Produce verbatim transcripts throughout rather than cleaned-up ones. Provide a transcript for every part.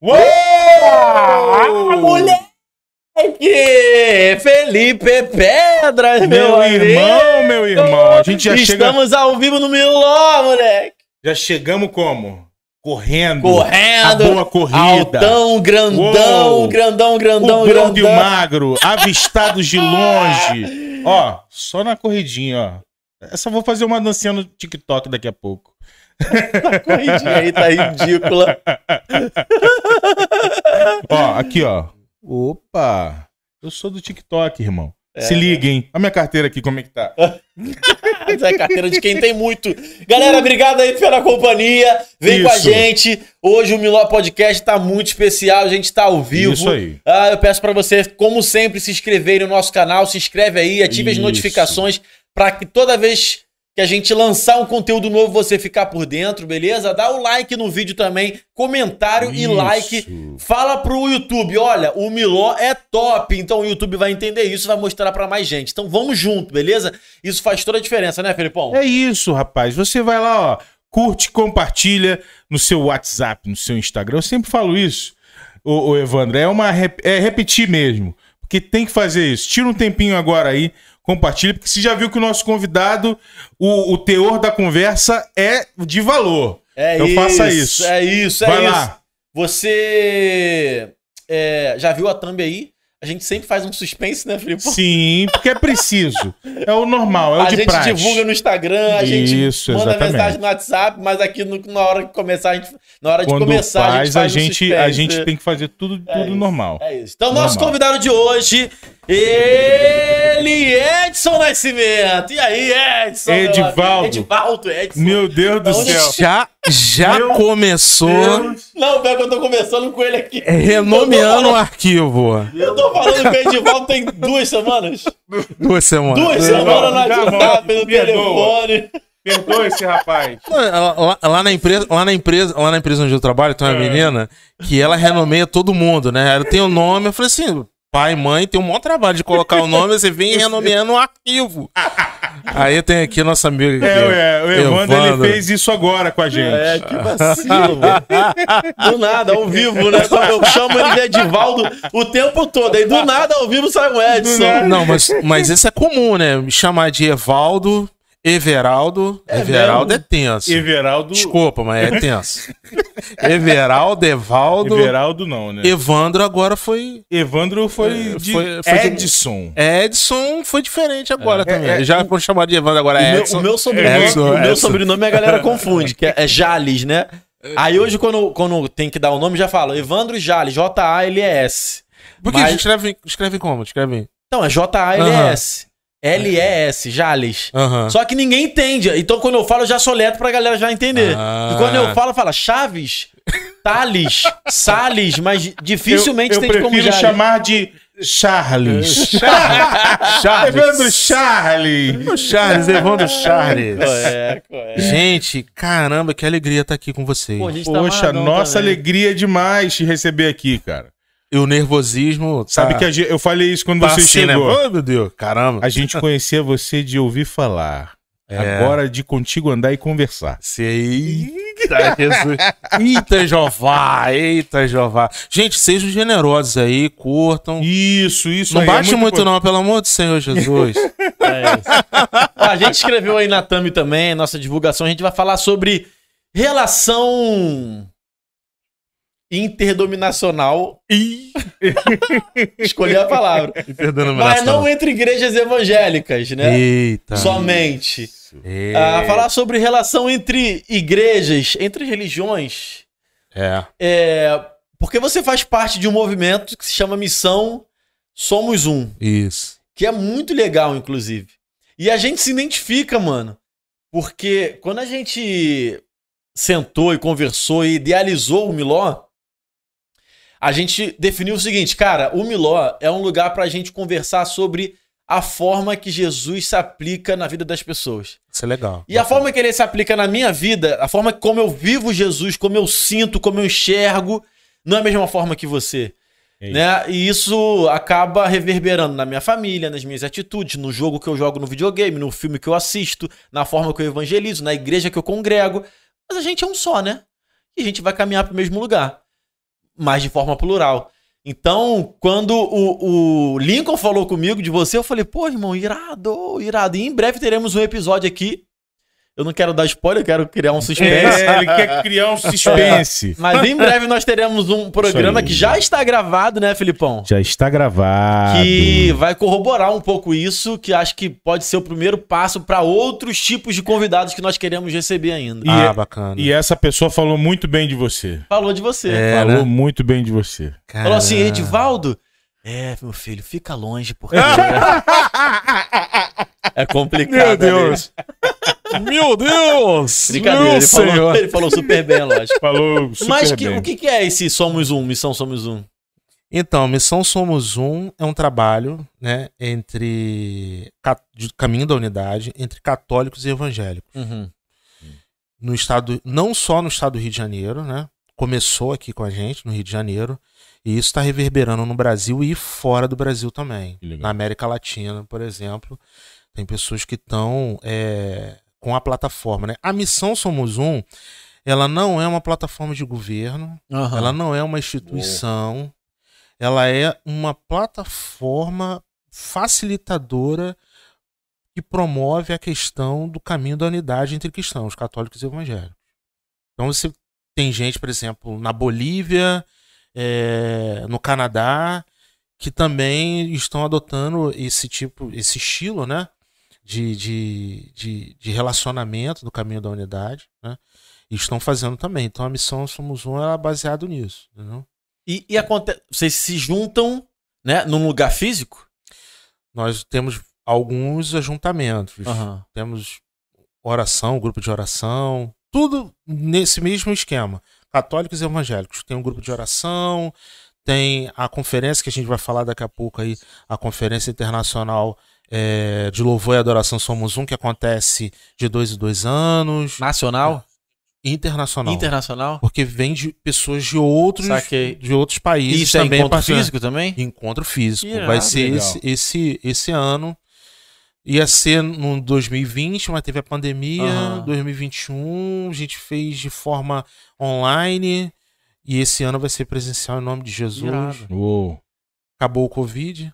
Uou! Ah, moleque! Felipe Pedras, meu, meu amigo. irmão, meu irmão. A gente já chega... Estamos ao vivo no Miló, moleque. Já chegamos como? Correndo. Correndo. A boa corrida. Altão, grandão, Uou. grandão, grandão, o grandão. gordo e o magro, avistados de longe. Ó, só na corridinha, ó. Essa eu vou fazer uma dancinha no TikTok daqui a pouco. Essa corridinha aí tá ridícula. Ó, aqui, ó. Opa! Eu sou do TikTok, irmão. É. Se liga, hein? Olha minha carteira aqui, como é que tá. Essa é a carteira de quem tem muito. Galera, obrigado aí pela companhia. Vem Isso. com a gente. Hoje o Miló Podcast tá muito especial. A gente tá ao vivo. Isso aí. Ah, eu peço pra você, como sempre, se inscrever no nosso canal. Se inscreve aí, ative as Isso. notificações pra que toda vez que a gente lançar um conteúdo novo, você ficar por dentro, beleza? Dá o like no vídeo também, comentário Isso. e like. Fala pro YouTube, olha, o Miló é top, então o YouTube vai entender isso e vai mostrar pra mais gente. Então vamos junto, beleza? Isso faz toda a diferença, né, Felipão? É isso, rapaz. Você vai lá, ó, curte, compartilha no seu WhatsApp, no seu Instagram. Eu sempre falo isso, ô, ô Evandro, é, uma, é repetir mesmo, porque tem que fazer isso. Tira um tempinho agora aí, compartilha, porque você já viu que o nosso convidado, o, o teor da conversa é de valor. É então isso, faça isso. É isso, é Vai isso. lá. Você é, já viu a thumb aí? A gente sempre faz um suspense, né, Felipe? Sim, porque é preciso. É o normal, é o A de gente praxe. divulga no Instagram, a gente Isso, manda exatamente. mensagem no WhatsApp, mas aqui no- na hora de começar, a gente, na hora de Quando começar, faz, a gente faz a um gente, suspense. a gente tem que fazer tudo, É tudo isso, normal. É isso. Então, nosso Normal. convidado de hoje, ele, Edson Nascimento. E aí, Edson? meu Edivaldo. amigo? Edivaldo, Edson. Meu Deus do Onde céu. Já, já Meu começou Deus. Não, pior que eu tô conversando com ele aqui. renomeando o arquivo. Eu tô falando que o Edivaldo tem duas semanas. Duas semanas. Duas Tá semanas bom, no tá WhatsApp, bom, no perdoa. telefone. Perdoa esse rapaz. Lá, lá- lá na empresa, lá na empresa, lá na empresa onde eu trabalho, tem uma menina que ela renomeia todo mundo, né? Ela tem o nome, eu falei assim, pai, mãe, tem um maior trabalho de colocar o nome, você vem renomeando o arquivo. Aí tem aqui a nossa amiga. É, aqui, é, o Evandro, Evandro. ele fez isso agora com a gente. É, que vacilo, mano. Do nada, ao vivo, né? Quando eu chamo ele de Edivaldo o tempo todo. Aí do nada, ao vivo, sai o Edson. Não, mas, mas isso é comum, né? Me chamar de Evaldo, Everaldo. É Everaldo mesmo? é tenso. Everaldo. Desculpa, mas é tenso. Everaldo, Evaldo. Everaldo não, né? Evandro agora foi. Evandro foi É, de foi- foi de- Edson. Edson foi diferente agora É, também. é, Já vou chamar de Evandro agora. O meu, Edson. o meu sobrenome, Edson, o meu Edson. sobrenome a galera confunde, que é, é Jales, né? Aí hoje, quando, quando tem que dar o nome, já falo Evandro Jales, J A L E S. Por que Mas- escreve, escreve como? Escreve. Então, é J A L E S. L E S, Jales. Aham. Só que ninguém entende. Então, quando eu falo, eu já soletro pra galera já entender. Ah. E quando eu falo, fala Chaves, Thales, Salles, mas dificilmente eu, eu tem como prefiro Jales. chamar de Charles. Charles. Evandro Charles. Charles, Evandro Charles. É, é. Gente, caramba, que alegria estar aqui com vocês. Pô, a gente tá Poxa, amarradão nossa também. alegria demais te receber aqui, cara. E o nervosismo. Sabe tá, que a gente- eu falei isso quando tá você assim, né? chegou. Oh, meu Deus, caramba. A gente conhecia você de ouvir falar. É. Agora de contigo andar e conversar. Eita, Jesus. Eita, Jeová. Eita, Jeová. Gente, sejam generosos aí, curtam. Isso, isso Não aí. é bate muito, importante. não, pelo amor do Senhor Jesus. É isso. Ó, a gente escreveu aí na thumb também, nossa divulgação, a gente vai falar sobre relação interdominacional. Escolhi a palavra. Mas não entre igrejas evangélicas, né? Eita. Somente. É. Ah, falar sobre relação entre igrejas, entre religiões. É. É, porque você faz parte de um movimento que se chama Missão Somos Um. Isso. Que é muito legal, inclusive. E a gente se identifica, mano. Porque quando a gente sentou e conversou e idealizou o Miló, a gente definiu o seguinte, cara, o Miló é um lugar pra gente conversar sobre a forma que Jesus se aplica na vida das pessoas. Isso é legal. E a forma que ele se aplica na minha vida, a forma como eu vivo Jesus, como eu sinto, como eu enxergo, não é a mesma forma que você. É isso. Né? E isso acaba reverberando na minha família, nas minhas atitudes, no jogo que eu jogo no videogame, no filme que eu assisto, na forma que eu evangelizo, na igreja que eu congrego. Mas a gente é um só, né? E a gente vai caminhar pro mesmo lugar. mas de forma plural. Então, quando o, o Lincoln falou comigo de você, eu falei, pô, irmão, irado, irado. E em breve teremos um episódio aqui. Eu não quero dar spoiler, eu quero criar um suspense. É, ele quer criar um suspense. Mas em breve nós teremos um programa que já está gravado, né, Felipão? Já está gravado. Que vai corroborar um pouco isso, que acho que pode ser o primeiro passo para outros tipos de convidados que nós queremos receber ainda. E, Ah, bacana. e essa pessoa falou muito bem de você. Falou de você. É, falou né? muito bem de você. Falou assim, Edivaldo, é, meu filho, fica longe, porque... é complicado. Meu Deus. Meu Deus! Brincadeira, Meu ele falou, senhor. ele falou super bem, lógico. Falou super Mas que, bem. o que que é esse Somos Um, Missão Somos Um? Então, Missão Somos Um é um trabalho, né, entre ca- de caminho da unidade entre católicos e evangélicos. Uhum. No estado, não só no estado do Rio de Janeiro, né? Começou aqui com a gente no Rio de Janeiro e isso está reverberando no Brasil e fora do Brasil também. Que legal. Na América Latina, por exemplo, tem pessoas que estão é, com a plataforma, né? A Missão Somos Um, ela não é uma plataforma de governo, Uhum. ela não é uma instituição, ela é uma plataforma facilitadora que promove a questão do caminho da unidade entre cristãos, católicos e evangélicos. Então você tem gente, por exemplo, na Bolívia, é, no Canadá, que também estão adotando esse tipo, esse estilo, né, de, de, de, de relacionamento do caminho da unidade, né, e estão fazendo também. Então a Missão Somos Um ela é baseada nisso, entendeu? E, e acontece, vocês se juntam, né, num lugar físico? Nós temos alguns ajuntamentos, Uhum. temos oração, grupo de oração, tudo nesse mesmo esquema. Católicos e evangélicos. Tem um grupo de oração, tem a conferência que a gente vai falar daqui a pouco aí, a Conferência Internacional é, de Louvor e Adoração Somos Um, que acontece de dois em dois anos. Nacional? Internacional. Internacional? Porque vem de pessoas de outros, Saquei. de outros países Isso é também. encontro participando. físico também? Encontro físico. Irado, vai ser legal. esse, esse, esse ano. Ia ser no dois mil e vinte, mas teve a pandemia. Aham. dois mil e vinte e um, a gente fez de forma online. E esse ano vai ser presencial em nome de Jesus. Irado. Uou. Acabou o Covid.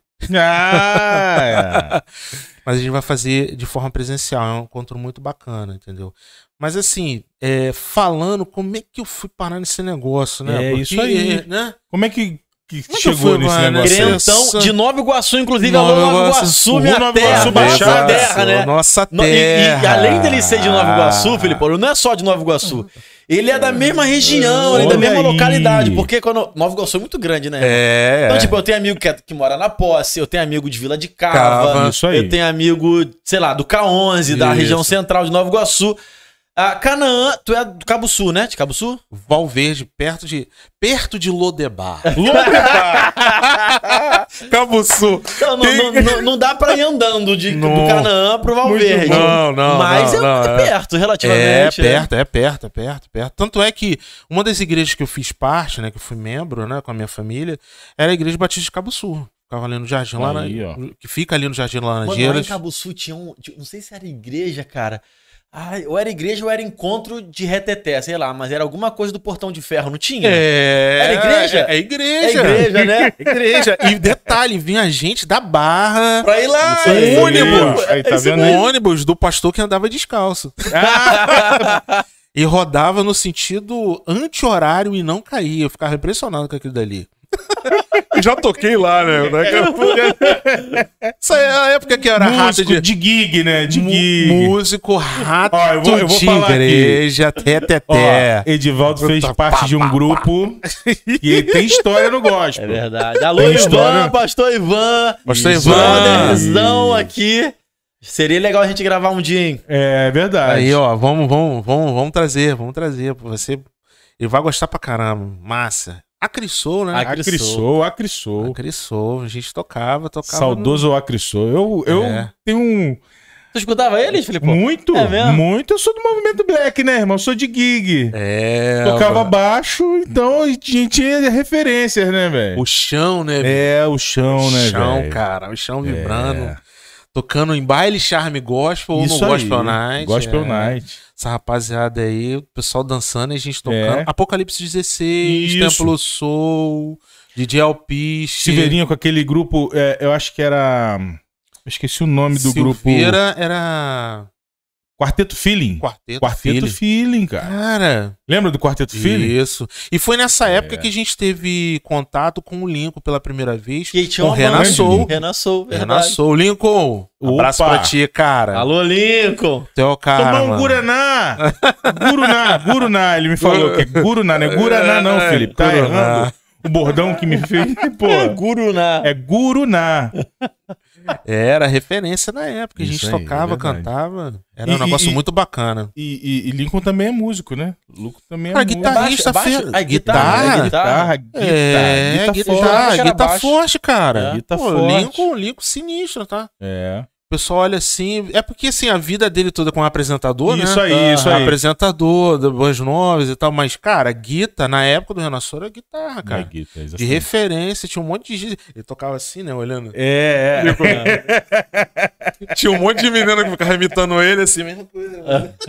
Ah, Mas a gente vai fazer de forma presencial. É um encontro muito bacana, entendeu? Mas assim, é, falando como é que eu fui parar nesse negócio, né? É isso aí. Né? como é que, que Como é que chegou foi, nesse mano? negócio? aí? Crentão de Nova Iguaçu, inclusive. Nova Alô, Nova Iguaçu. Iguaçu, Uhul, minha Nova terra. Iguaçu, Nossa Baixada. terra, né? Nossa No- e, terra. e além dele ser de Nova Iguaçu, Felipe, não é só de Nova Iguaçu. Ele é da mesma região, ele é da Olha mesma aí. localidade. Porque quando Nova Iguaçu é muito grande, né? É. Então, tipo, eu tenho amigo que, é- que mora na Posse, eu tenho amigo de Vila de Cava, Cava. Isso aí. eu tenho amigo, sei lá, do K onze, da Isso. região central de Nova Iguaçu. A Canaã, tu é do Cabo Sul, né? De Cabo Sul? Valverde, perto de perto de Lodebar. Lodebar. Cabo Sul. Então, não, não, não, não dá pra ir andando de, Não. do Canaã pro Valverde. Muito bom. Não, não, Mas não, é, não, é é. perto, É relativamente. né? perto, é perto, é perto, é perto. Tanto é que uma das igrejas que eu fiz parte, né, que eu fui membro, né, com a minha família, era a Igreja Batista de Cabo Sul. Ficava ali no Jardim Aí, ó. Laranjeiras. Que fica ali no Jardim Mano, lá em Laranjeiras. Cabo Sul tinha um. tinha- Não sei se era igreja, cara. Ai, ou era igreja ou era encontro de reteté, sei lá, mas era alguma coisa do Portão de Ferro, não tinha? É. Era igreja? É, é igreja. É igreja, né? Igreja. E detalhe, vinha gente da Barra. Pra ir lá. Isso aí, é ônibus. aí, tá isso vendo Um aí? ônibus do pastor que andava descalço. E rodava no sentido anti-horário e não caía. Eu ficava impressionado com aquilo dali. Eu já toquei lá, né? Isso aí é a época que eu era rato Músico de... de gig, né? De Mu- gig. Músico rato Ó, eu vou- eu vou de falar aqui. igreja, até, até, Ó, até. Edivaldo fez Puta, parte pá, de um pá, grupo e ele tem história no gospel. É verdade. Alô, Tem Ivan, história. pastor Ivan. Pastor Isso. Ivan. Brotherzão aqui. Seria legal a gente gravar um dia, hein? É verdade. Aí, ó, vamos, vamos, vamos, vamos trazer, vamos trazer pra você. Ele vai gostar pra caramba. Massa. Acrissou, né? Acrissou, acrissou. Acrissou. A gente tocava, tocava. Saudoso acrissou. Eu, eu É. tenho um. Tu escutava eles, Felipe? Muito, É mesmo? muito. Eu sou do movimento black, né, irmão? Eu sou de gig. É. Tocava mano. baixo, então a gente tinha referências, né, velho? O chão, né? É, o chão, o né, chão, velho? cara. O chão vibrando. É. Tocando em baile charme gospel ou Isso no Gospel aí. Night. Gospel é. Night. essa rapaziada aí, o pessoal dançando e a gente tocando. É. Apocalipse dezesseis, Isso. Templo Soul, D J Alpiste. Silveirinho com aquele grupo, é, eu acho que era... Eu esqueci o nome do Silveira grupo. era... Quarteto Feeling. Quarteto, Quarteto Feeling. Feeling, cara. Cara, Lembra do Quarteto Feeling? isso. E foi nessa época É. que a gente teve contato com o Lincoln pela primeira vez. Que tinha com o uma Renan banda. Soul. Renan Soul, Renan verdade. Soul. Lincoln, um abraço Opa. pra ti, cara. Alô, Lincoln. Tu é o cara, Tomar um mano. Guaraná! Guruná, Guruná. Ele me falou que é Guruná, não é Guaraná não, É, Felipe. Tá Guruná. errando. O bordão que me fez, pô, Guruná. é Guruná. Era referência na época. A gente Isso aí, tocava, é verdade. cantava. Era E- um negócio e- muito bacana. E, e- e Lincoln também é músico, né? Lincoln também é Cara, músico. guitarrista, Baixo- fe- baixo- ah, guitarra. guitarra, Guitarra, guitarra, É, guitarra, guitarra, forte. acho que era guitarra baixo. forte, cara. É. Guitarra Pô, forte. Lincoln, Lincoln sinistro, tá? É. O pessoal olha assim. É porque assim, a vida dele toda como apresentador, né? Isso aí, Ah, isso aí. Apresentador, da Boas Novas e tal. Mas, cara, guitarra, na época do Renan Soul, era guitarra, cara. É, guitarra, De exatamente. referência, tinha um monte de gente. Ele tocava assim, né? Olhando. É, é. Tinha um monte de menina que ficava imitando ele, assim, mesma coisa.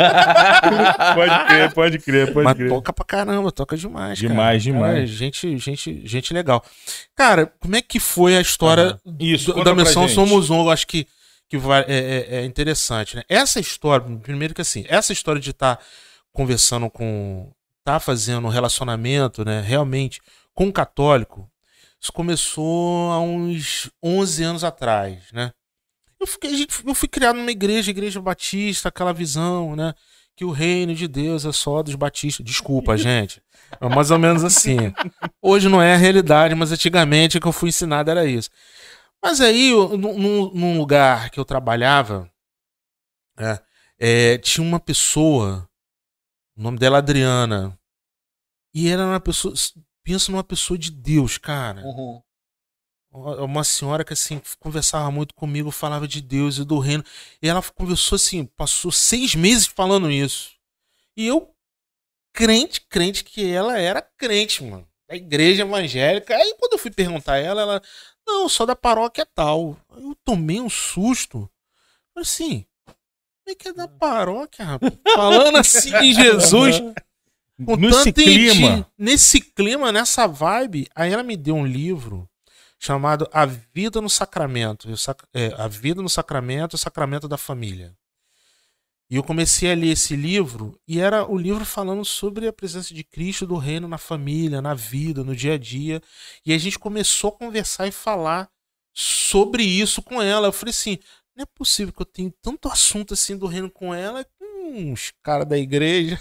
Pode crer, pode crer, pode Mas crer. toca pra caramba, toca demais, cara. Demais, demais. Cara, gente, gente, gente legal. Cara, como é que foi a história Isso, do- conta da pra Missão gente. Somos Um? Eu acho que, que vai- é, é- é interessante, né? Essa história, primeiro que assim, essa história de estar conversando com... Tá fazendo um relacionamento, né? Realmente, com um católico, isso começou há uns onze anos atrás, né? Eu, fiquei, a gente- eu fui criado numa igreja, igreja batista, aquela visão, né? Que o reino de Deus é só dos batistas. Desculpa, gente. É mais ou menos assim. Hoje não é a realidade, mas antigamente o que eu fui ensinado era isso. Mas aí, eu- num, num- num lugar que eu trabalhava, né, é, tinha uma pessoa, o nome dela é Adriana, e era uma pessoa, pensa numa pessoa de Deus, cara. Uhum. Uma senhora que assim conversava muito comigo, falava de Deus e do reino. E ela conversou assim, passou seis meses falando isso. E eu, crente, crente que ela era crente, mano. Da igreja evangélica. Aí quando eu fui perguntar a ela, ela, não, só da paróquia tal. Eu tomei um susto. Falei assim, como é que é da paróquia, rapaz? Falando assim de Jesus. Com Nesse tanto clima. enti- Nesse clima, nessa vibe. Aí ela me deu um livro chamado A Vida no Sacramento. E o sac- é, A Vida no Sacramento e o Sacramento da Família. E eu comecei a ler esse livro, e era o livro falando sobre a presença de Cristo, do reino na família, na vida, no dia a dia. E a gente começou a conversar e falar sobre isso com ela. Eu falei assim, não é possível que eu tenha tanto assunto assim do reino com ela, com os caras da igreja.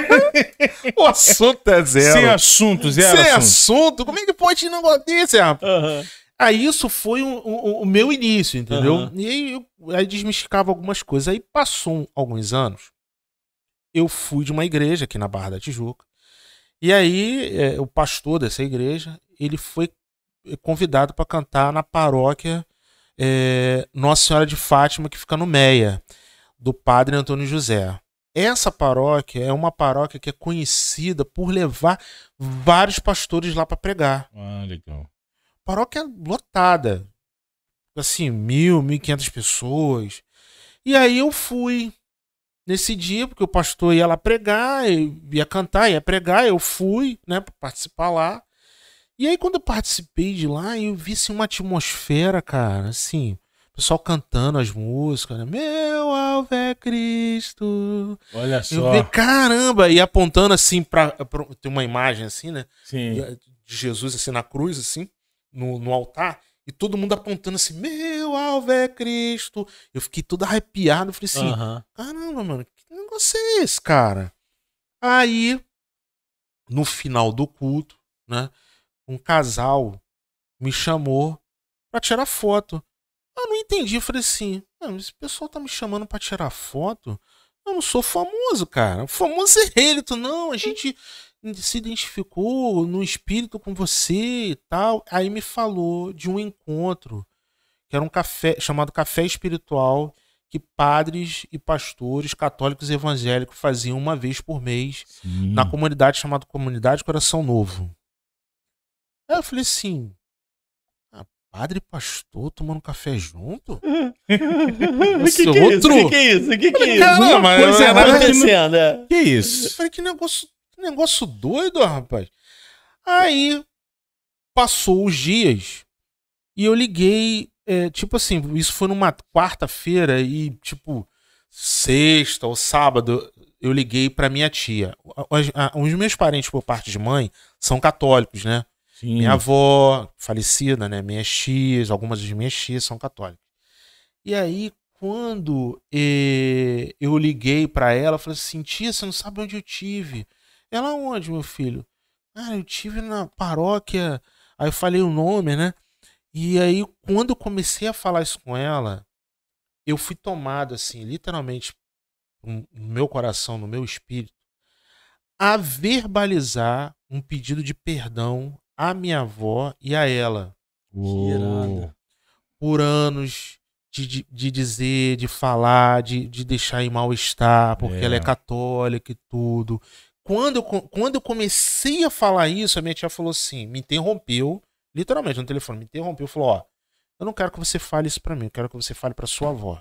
O assunto é zero. Sem assunto, zero Sem assunto. assunto? Como é que pode ir um negócio desse, rapaz? Aham. Aí isso foi o, o- o meu início, entendeu? Aham. E aí eu aí desmistificava algumas coisas. Aí passou um- alguns anos, eu fui de uma igreja aqui na Barra da Tijuca. E aí é, o pastor dessa igreja, ele foi convidado para cantar na paróquia é, Nossa Senhora de Fátima, que fica no Meia, do padre Antônio José. Essa paróquia é uma paróquia que é conhecida por levar vários pastores lá para pregar. Ah, legal. Paróquia lotada. Assim, mil, mil e quinhentas pessoas. E aí eu fui nesse dia, porque o pastor ia lá pregar, eu ia cantar, ia pregar, eu fui, né, pra participar lá. E aí quando eu participei de lá, eu vi, assim, uma atmosfera, cara, assim, o pessoal cantando as músicas, né? Meu alvo é Cristo. Olha Eu só. vi, caramba, e apontando assim pra, pra... Tem uma imagem assim, né? Sim. De Jesus assim na cruz, assim, no, no altar, e todo mundo apontando assim, meu alvo é Cristo. Eu fiquei todo arrepiado, eu falei assim, Aham. caramba, mano, que negócio é esse, cara? Aí, no final do culto, né, um casal me chamou pra tirar foto. Eu não entendi, eu falei assim, ah, esse pessoal tá me chamando pra tirar foto? Eu não sou famoso, cara. O famoso é ele. Tu, não, a gente se identificou no espírito com você e tal. Aí me falou de um encontro que era um café chamado Café Espiritual, que padres e pastores católicos e evangélicos faziam uma vez por mês Sim. na comunidade chamada Comunidade Coração Novo. Aí eu falei assim, padre e pastor tomando café junto? O Esse que, que é isso? outro- O que, que é isso? O que, que é isso? Cara, Uma mas- coisa mas- tá mas- acontecendo, é. Que Eu isso? falei, que negócio, que negócio doido, rapaz. Aí, passou os dias e eu liguei, é, tipo assim, isso foi numa quarta-feira e, tipo, sexta ou sábado, eu liguei pra minha tia. Os, a- os meus parentes, por parte de mãe, são católicos, né? Sim. Minha avó, falecida, né? Minhas tias, algumas das minhas tias são católicas. E aí, quando eh, eu liguei pra ela, eu falei assim, tia, você não sabe onde eu tive? Ela, onde, meu filho? Ah, eu tive na paróquia. Aí eu falei o nome, né? E aí, quando eu comecei a falar isso com ela, eu fui tomado, assim, literalmente, no meu coração, no meu espírito, a verbalizar um pedido de perdão à minha avó e a ela. Uou. irado. Por anos de, de, de dizer, de falar, de, de deixar em mal-estar, porque É. ela é católica e tudo. Quando eu, co- quando eu comecei a falar isso, a minha tia falou assim, me interrompeu, literalmente no telefone, me interrompeu, falou, ó, eu não quero que você fale isso pra mim, eu quero que você fale pra sua avó.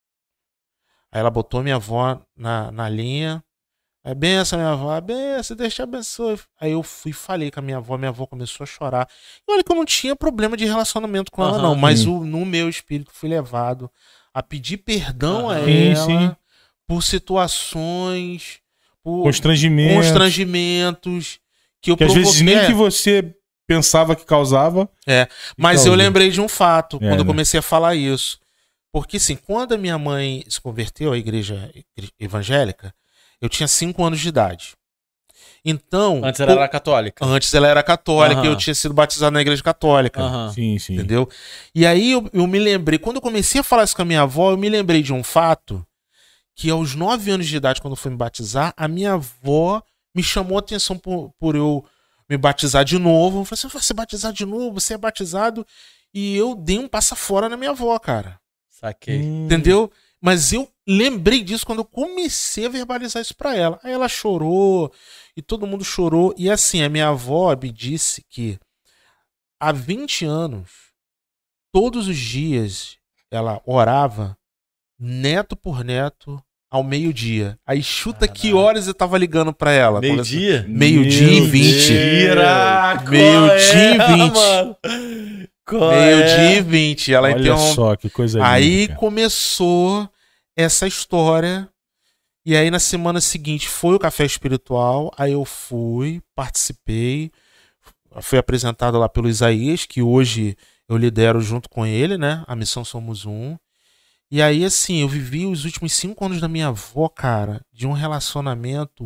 Aí ela botou minha avó na, na linha, aí, benção, minha avó, benção, Deus te abençoe. Aí eu fui e falei com a minha avó, minha avó começou a chorar. E olha que eu não tinha problema de relacionamento com ela, Aham, não, mas sim. o, no meu espírito fui levado a pedir perdão a Aham. Sim, ela sim. por situações, por Constrangimento. constrangimentos que eu Que às vezes provoquei. nem que você pensava que causava. Mas causou. eu lembrei de um fato É, quando eu né? comecei a falar isso. Porque, assim, quando a minha mãe se converteu à igreja evangélica, eu tinha cinco anos de idade. Então. Antes ela co- era católica. Antes ela era católica e Aham. eu tinha sido batizado na igreja católica. Aham. Sim, sim. Entendeu? E aí eu, eu me lembrei, quando eu comecei a falar isso com a minha avó, eu me lembrei de um fato que aos nove anos de idade, quando eu fui me batizar, a minha avó me chamou a atenção por, por eu me batizar de novo. Eu falei assim, você vai se batizar de novo? Você é batizado? E eu dei um passa fora na minha avó, cara. Saquei. Hum. Entendeu? Mas eu lembrei disso quando eu comecei a verbalizar isso pra ela. Aí ela chorou e todo mundo chorou. E assim, a minha avó me disse que há vinte anos, todos os dias, ela orava neto por neto ao meio-dia. Aí chuta que Caraca. horas eu tava ligando pra ela. Meio-dia? Meio-dia e Meu vinte. Mentira! Meio-dia e Qual é, vinte. mano? Qual Meio-dia e é? vinte. Ela Olha interrompeu. só que coisa linda. Aí cara. começou essa história. E aí na semana seguinte foi o café espiritual. Aí eu fui, participei. Fui apresentado lá pelo Isaías, que hoje eu lidero junto com ele, né? A Missão Somos Um. E aí, assim, eu vivi os últimos cinco anos da minha avó, cara, de um relacionamento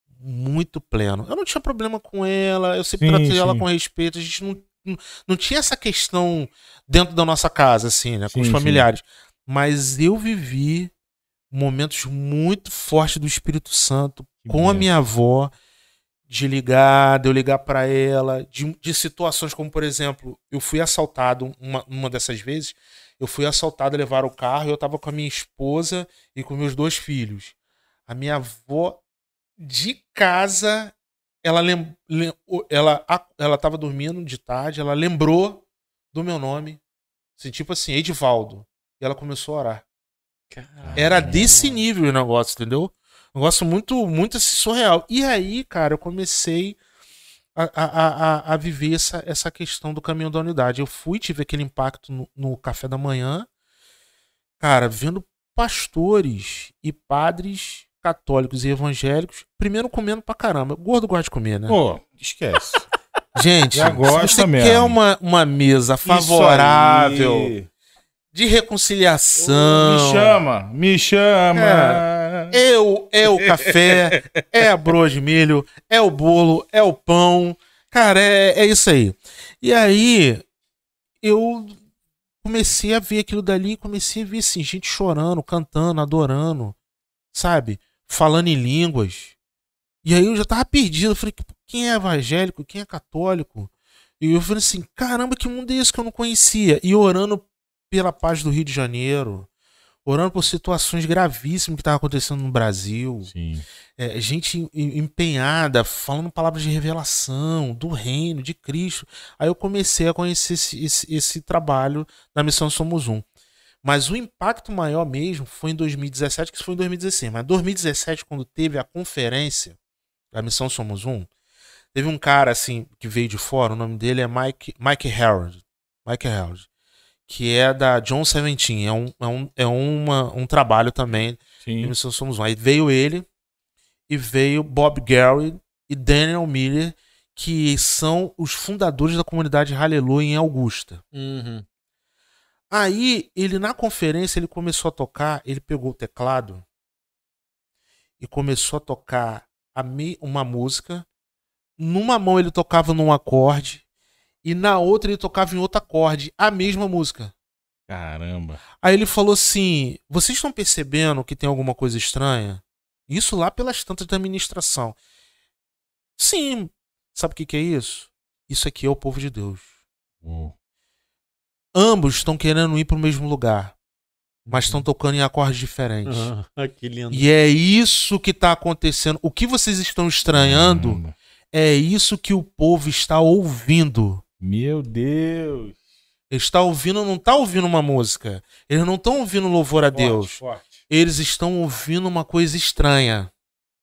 muito pleno. Eu não tinha problema com ela, eu sempre Sim, tratei ela sim. com respeito. A gente não, não, não tinha essa questão dentro da nossa casa, assim, né? Com Sim, os sim. familiares. Mas eu vivi momentos muito fortes do Espírito Santo Que com a benção. minha avó, de ligar, de eu ligar pra ela, de, de situações como, por exemplo, eu fui assaltado uma, uma dessas vezes, eu fui assaltado, levaram o carro e eu tava com a minha esposa e com meus dois filhos. A minha avó de casa, ela lem, lem, ela, ela tava dormindo de tarde, ela lembrou do meu nome, assim, tipo assim, Edivaldo, e ela começou a orar. Era desse nível o negócio, entendeu? Um negócio muito, muito assim, surreal. E aí, cara, eu comecei a, a, a, a viver essa, essa questão do caminho da unidade. Eu fui, tive aquele impacto no, no café da manhã, cara, vendo pastores e padres católicos e evangélicos, primeiro comendo pra caramba. Gordo gosta de comer, né? Pô, esquece. Gente, já se gosta você mesmo. quer uma, uma mesa favorável, Isso aí. de reconciliação... Me chama, me chama. É o, é o café, é a broa de milho, é o bolo, é o pão. Cara, é, é isso aí. E aí, eu comecei a ver aquilo dali, comecei a ver assim, gente chorando, cantando, adorando, sabe? Falando em línguas. E aí eu já tava perdido. Eu falei, quem é evangélico? Quem é católico? E eu falei assim, caramba, que mundo é esse que eu não conhecia? E orando pela paz do Rio de Janeiro, orando por situações gravíssimas que estavam acontecendo no Brasil. Sim. É, gente empenhada, falando palavras de revelação, do reino, de Cristo. Aí eu comecei a conhecer esse, esse, esse trabalho da Missão Somos Um. Mas o impacto maior mesmo foi em dois mil e dezessete, que isso foi em dois mil e dezesseis. Mas em dois mil e dezessete, quando teve a conferência da Missão Somos Um, teve um cara assim que veio de fora, o nome dele é Mike, Mike Harold. Mike Harold. Que é da John Seventeen. É um, é um, é uma, um trabalho também Sim. da Missão Somos Um. Aí veio ele e veio Bob Gary e Daniel Miller, que são os fundadores da comunidade Hallelujah em Augusta. Uhum. Aí, ele na conferência, ele começou a tocar, ele pegou o teclado e começou a tocar a me, uma música. Numa mão ele tocava num acorde e na outra ele tocava em outro acorde, a mesma música. Caramba. Aí ele falou assim, vocês estão percebendo que tem alguma coisa estranha? Isso lá pelas tantas da administração. Sim. Sabe o que, que é isso? Isso aqui é o povo de Deus. Uou. Ambos estão querendo ir para o mesmo lugar, mas estão tocando em acordes diferentes. Ah, que lindo. E é isso que está acontecendo. O que vocês estão estranhando Caramba. é isso que o povo está ouvindo. Meu Deus. Ele está ouvindo, não está ouvindo uma música. Eles não estão ouvindo louvor a Deus. Forte, forte. Eles estão ouvindo uma coisa estranha.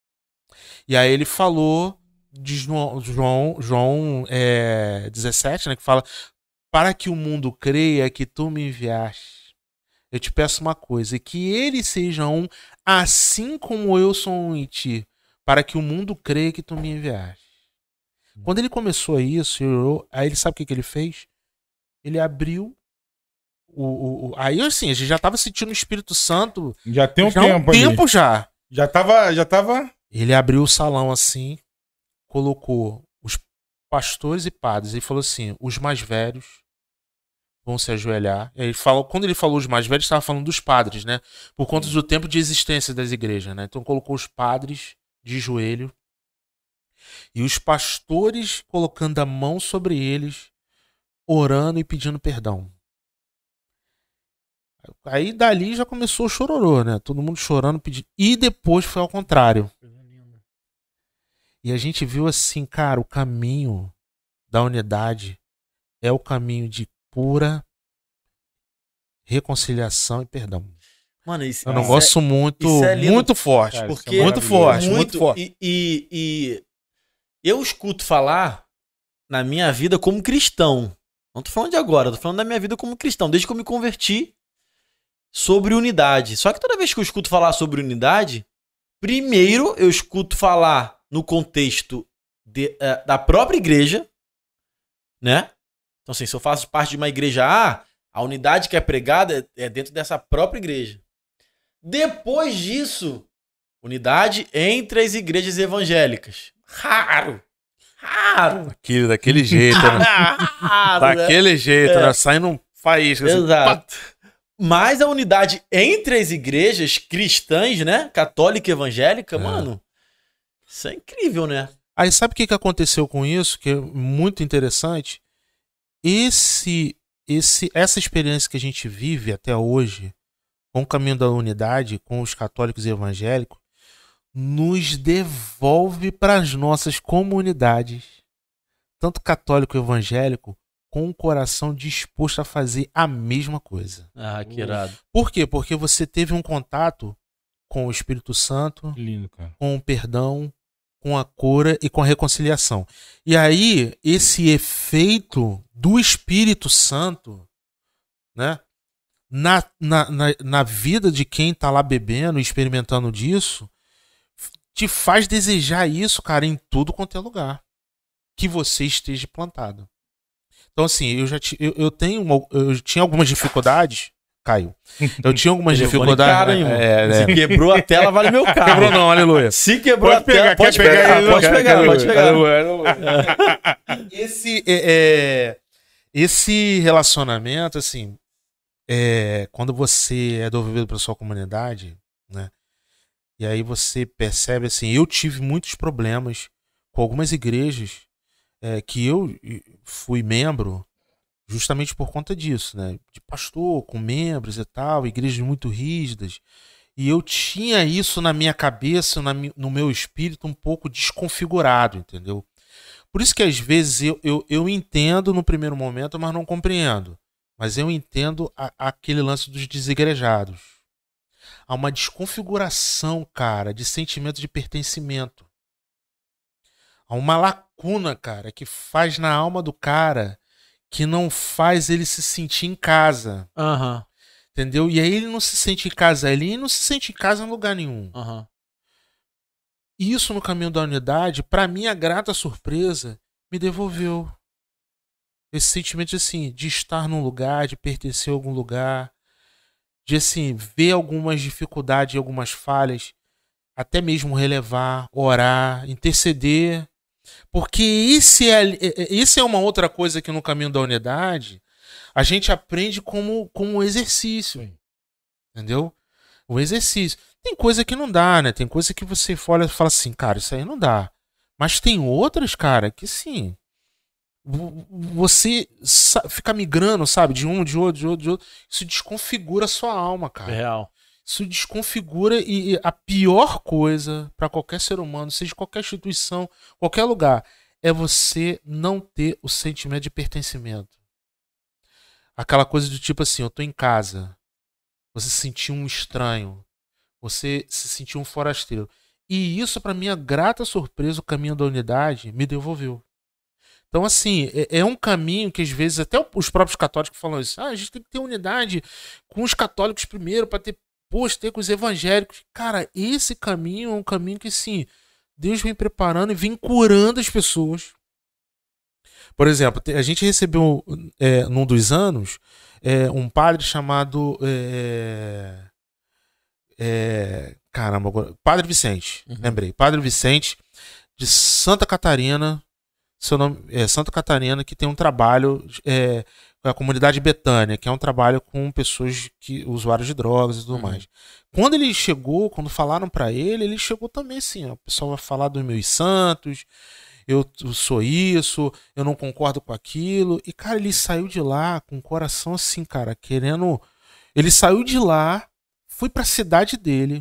E aí ele falou de João, João, João é, dezessete, né, que fala: para que o mundo creia que tu me enviaste, eu te peço uma coisa, que eles sejam um, assim como eu sou um em ti, para que o mundo creia que tu me enviaste. Quando ele começou isso, eu, aí ele sabe o que, que ele fez? Ele abriu o, o, o aí assim, a gente já estava sentindo o Espírito Santo Já tem um já tempo um ali. tempo já. Já tava, já tava... Ele abriu o salão assim, colocou os pastores e padres, ele falou assim: os mais velhos vão se ajoelhar. Ele falou, quando ele falou os mais velhos, estava falando dos padres, né? Por conta do tempo de existência das igrejas, né? Então colocou os padres de joelho e os pastores colocando a mão sobre eles, orando e pedindo perdão. Aí dali já começou o chororô, né? Todo mundo chorando, pedindo. E depois foi ao contrário. E a gente viu assim, cara, o caminho da unidade é o caminho de pura reconciliação e perdão. Mano, isso, É um isso negócio muito, isso é lindo, muito forte. cara, porque isso é muito maravilhoso. forte, muito, forte. E, e, e eu escuto falar na minha vida como cristão. Não tô falando de agora, tô falando da minha vida como cristão, desde que eu me converti, sobre unidade. Só que toda vez que eu escuto falar sobre unidade, primeiro eu escuto falar no contexto de, uh, da própria igreja, né? Então, assim, se eu faço parte de uma igreja A, a unidade que é pregada é dentro dessa própria igreja. Depois disso, unidade entre as igrejas evangélicas. Raro! Raro! Aquele, daquele jeito, né? Raro, né? Daquele jeito, É. né? Saindo faísca. Assim, Exato. Mas a unidade entre as igrejas cristãs, né? Católica e evangélica, É. mano, isso é incrível, né? Aí sabe o que que aconteceu com isso? Que é muito interessante. Esse, esse, essa experiência que a gente vive até hoje, com o caminho da unidade, com os católicos e evangélicos, nos devolve para as nossas comunidades, tanto católico e evangélico, com o coração disposto a fazer a mesma coisa. Ah, que irado. Por quê? Porque você teve um contato com o Espírito Santo, Que lindo, cara. com o perdão, com a cura e com a reconciliação. E aí, esse efeito do Espírito Santo, né, na, na, na, na vida de quem tá lá bebendo e experimentando disso, te faz desejar isso, cara, em tudo quanto é lugar que você esteja plantado. Então, assim, eu já ti, eu, eu tenho uma, eu tinha algumas dificuldades, Caio. Eu tinha algumas Telefone dificuldades. caro, hein, irmão? é, Se é. quebrou a tela, vale meu carro. Quebrou não, aleluia. Se quebrou Pode a tela, pegar, pode quer pegar, pegar aí, pode não? pegar, pode pegar. Aleluia, aleluia. Esse, é, é, esse relacionamento, assim, é, quando você é devolvido para sua comunidade, né? E aí você percebe, assim, eu tive muitos problemas com algumas igrejas é, que eu fui membro justamente por conta disso, né? De pastor, com membros e tal, igrejas muito rígidas. E eu tinha isso na minha cabeça, na, no meu espírito, um pouco desconfigurado, entendeu? Por isso que às vezes eu, eu, eu entendo no primeiro momento, mas não compreendo. Mas eu entendo a, aquele lance dos desigrejados. Há uma desconfiguração, cara, de sentimento de pertencimento. Há uma lacuna, cara, que faz na alma do cara que não faz ele se sentir em casa. Aham. Entendeu? E aí ele não se sente em casa ali e não se sente em casa em lugar nenhum. Aham. Isso no caminho da unidade, pra minha grata surpresa, me devolveu. Esse sentimento de, assim, de estar num lugar, de pertencer a algum lugar, de assim, ver algumas dificuldades e algumas falhas, até mesmo relevar, orar, interceder. Porque esse é, esse é uma outra coisa que no caminho da unidade a gente aprende como, como exercício. Entendeu? O exercício. Tem coisa que não dá, né? Tem coisa que você olha e fala assim, cara, isso aí não dá. Mas tem outras, cara, que sim. Você fica migrando, sabe? De um, de outro, de outro, de outro. Isso desconfigura a sua alma, cara. Real. Isso desconfigura e, e a pior coisa para qualquer ser humano, seja qualquer instituição, qualquer lugar, é você não ter o sentimento de pertencimento. Aquela coisa do tipo assim, eu tô em casa, você se sentiu um estranho, você se sentiu um forasteiro. E isso, para minha grata surpresa, o caminho da unidade me devolveu. Então, assim, é, é um caminho que às vezes até os próprios católicos falam isso. Ah, a gente tem que ter unidade com os católicos primeiro para ter, poxa, ter com os evangélicos. Cara, esse caminho é um caminho que, sim, Deus vem preparando e vem curando as pessoas. Por exemplo, a gente recebeu, é, num dos anos, é, um padre chamado... É, é, caramba, agora, Padre Vicente, uhum. lembrei. Padre Vicente, de Santa Catarina... Seu nome é Santa Catarina, que tem um trabalho é, com a comunidade Betânia, que é um trabalho com pessoas que usuários de drogas e tudo uhum. mais. Quando ele chegou, quando falaram para ele, ele chegou também assim, ó, o pessoal vai falar dos meus santos, eu, eu sou isso, eu não concordo com aquilo. E, cara, ele saiu de lá com o coração assim, cara, querendo... Ele saiu de lá, foi pra cidade dele,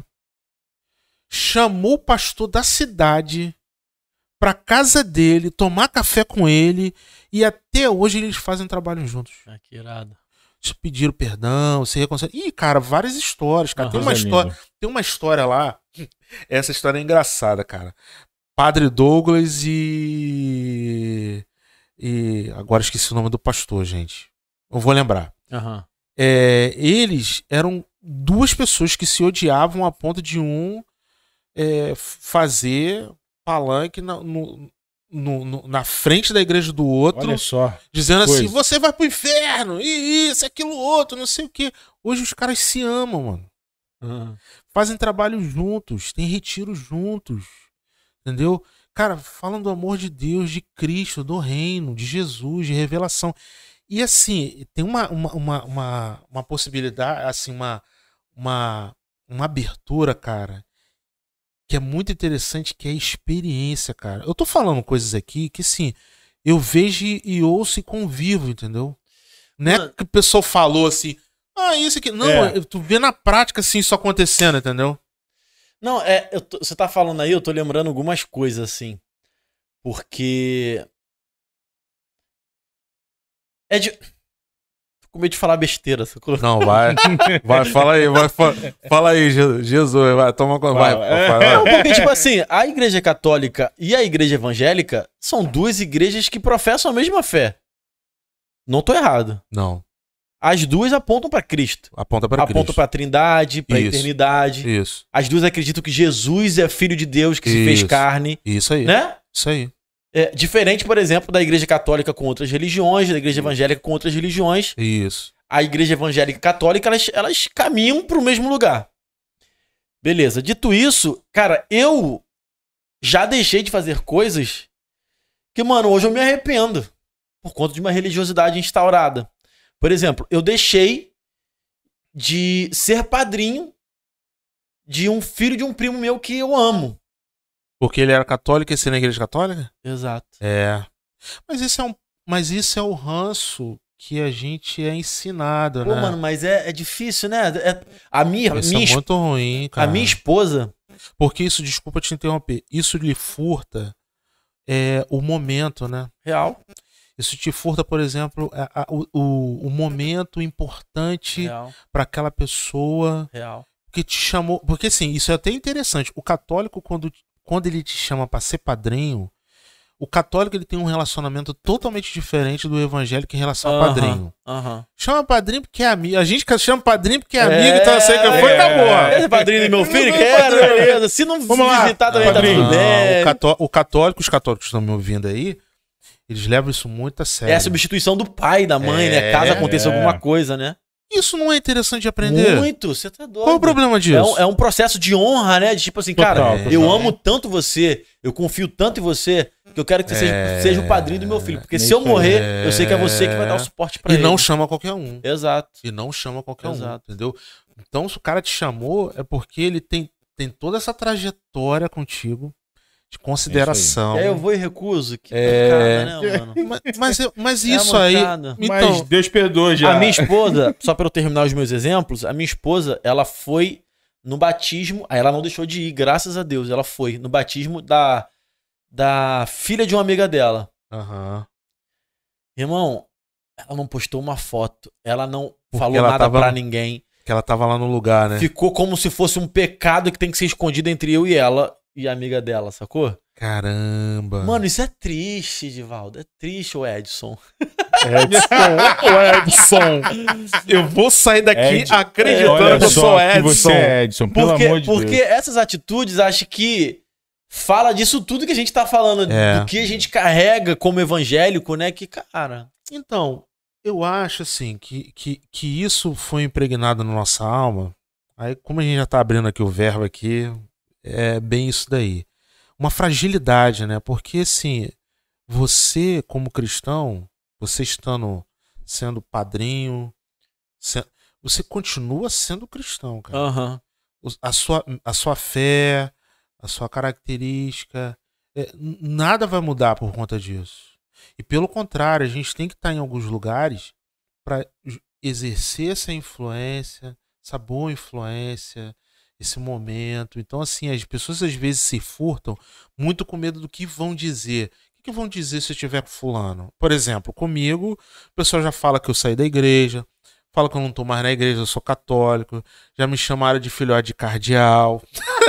chamou o pastor da cidade pra casa dele, tomar café com ele, e até hoje eles fazem trabalho juntos. Ah, que irado. Eles pediram perdão, se reconciliaram. Ih, cara, várias histórias, cara. Uhum. Tem uma história, tem uma história lá, essa história é engraçada, cara. Padre Douglas e... e... agora esqueci o nome do pastor, gente. Eu vou lembrar. Uhum. É, eles eram duas pessoas que se odiavam a ponto de um é, fazer... palanque na, no, no, no, na frente da igreja do outro. Olha só. Dizendo coisa. Assim, você vai pro inferno, e isso, aquilo, outro, não sei o quê. Hoje os caras se amam, mano. Uhum. Fazem trabalho juntos, tem retiro juntos. Entendeu? Cara, falam do amor de Deus, de Cristo, do reino, de Jesus, de revelação. E assim, tem uma, uma, uma, uma, uma possibilidade, assim, uma, uma, uma abertura, cara, que é muito interessante, que é a experiência, cara. Eu tô falando coisas aqui que, assim, eu vejo e ouço e convivo, entendeu? Não é que o pessoal falou assim, ah, isso aqui. Não, é. Tu vê na prática, assim, isso acontecendo, entendeu? Não, é, eu tô, você tá falando aí, eu tô lembrando algumas coisas, assim. Porque... É de... Tô com medo de falar besteira. Sacou? Não, vai. Vai, fala aí, vai, fala aí, Jesus, vai, toma conta. Vai, vai, vai, vai. Não, porque, tipo assim, a igreja católica e a igreja evangélica são duas igrejas que professam a mesma fé. Não tô errado. Não. As duas apontam pra Cristo. Aponta para Cristo. Apontam pra Trindade, pra Isso. eternidade. Isso. As duas acreditam que Jesus é filho de Deus, que se fez carne. Isso aí. Né? Isso aí. É, diferente, por exemplo, da igreja católica com outras religiões, da igreja evangélica com outras religiões. Isso. A igreja evangélica e católica, elas, elas caminham pro mesmo lugar. Beleza. Dito isso, cara, eu já deixei de fazer coisas que, mano, hoje eu me arrependo por conta de uma religiosidade instaurada. Por exemplo, eu deixei de ser padrinho de um filho de um primo meu que eu amo. Porque ele era católico e você na igreja católica? Exato. É. Mas isso é, um, mas isso é o ranço que a gente é ensinado, Pô, né? mano, mas é, é difícil, né? É- a minha, Isso minha, é es- muito ruim, cara. a minha esposa... Porque isso, desculpa te interromper, isso lhe furta é, o momento, né? Real. Isso te furta, por exemplo, a- a- o, o, o momento importante Real. para aquela pessoa Real. que te chamou. Porque assim, isso é até interessante. O católico, quando, quando ele te chama para ser padrinho, o católico ele tem um relacionamento totalmente diferente do evangélico em relação ao Aham, padrinho. aham. Chama padrinho porque é amigo. A gente chama padrinho porque é amigo, então eu sei que foi, é, acabou. Esse é padrinho do meu filho? Quero, beleza. Se não Vamos lá, visitar também, tá padrinho. tudo bem. o, cató o católico, os católicos que estão me ouvindo aí, eles levam isso muito a sério. É a substituição do pai e da mãe, né? É, Caso aconteça é. alguma coisa, né? Isso não é interessante de aprender? Muito, você tá doido. Qual o problema disso? É um, é um processo de honra, né? De tipo assim, Total, cara, total. eu amo tanto você, eu confio tanto em você, que eu quero que você seja, É. seja o padrinho do meu filho. Porque É se eu isso aí. morrer, eu sei que é você que vai dar o suporte pra E ele. não chama qualquer um. Exato. E não chama qualquer um, Exato. entendeu? Então, se o cara te chamou, é porque ele tem, tem toda essa trajetória contigo de consideração. E aí eu vou e recuso. Que É. mancada, né, mano? Mas, mas, eu- mas É isso aí. mancada. Mas Então, Deus perdoa já. A minha esposa, só pra eu terminar os meus exemplos, a minha esposa, ela foi no batismo, aí ela não deixou de ir, graças a Deus, ela foi no batismo da, da filha de uma amiga dela. aham. Irmão, ela não postou uma foto, ela não Porque falou ela nada tava- pra ninguém. Que ela tava lá no lugar, né? Ficou como se fosse um pecado que tem que ser escondido entre eu e ela e a amiga dela, sacou? Caramba. Mano, isso é triste, Divaldo. É triste, o Edson. Edson, Edson. Eu vou sair daqui Ed- acreditando Olha que eu sou só que Edson. você é Edson, pelo Porque, amor de porque Deus. essas atitudes, acho que fala disso tudo que a gente tá falando, É. do que a gente carrega como evangélico, né? Que, cara, Então, eu acho assim que, que, que isso foi impregnado na nossa alma. Aí, como a gente já tá abrindo aqui o verbo aqui, é bem isso daí. Uma fragilidade, né? Porque assim, você como cristão, você estando sendo padrinho, se- você continua sendo cristão, cara. aham. O- a sua, a sua fé, a sua característica, é, n- nada vai mudar por conta disso. E pelo contrário, a gente tem que estar em alguns lugares para exercer essa influência, essa boa influência, esse momento. Então, assim, as pessoas às vezes se furtam muito com medo do que vão dizer. O que vão dizer se eu estiver com fulano? Por exemplo, comigo, o pessoal já fala que eu saí da igreja, fala que eu não tô mais na igreja, eu sou católico, já me chamaram de filhote de cardeal,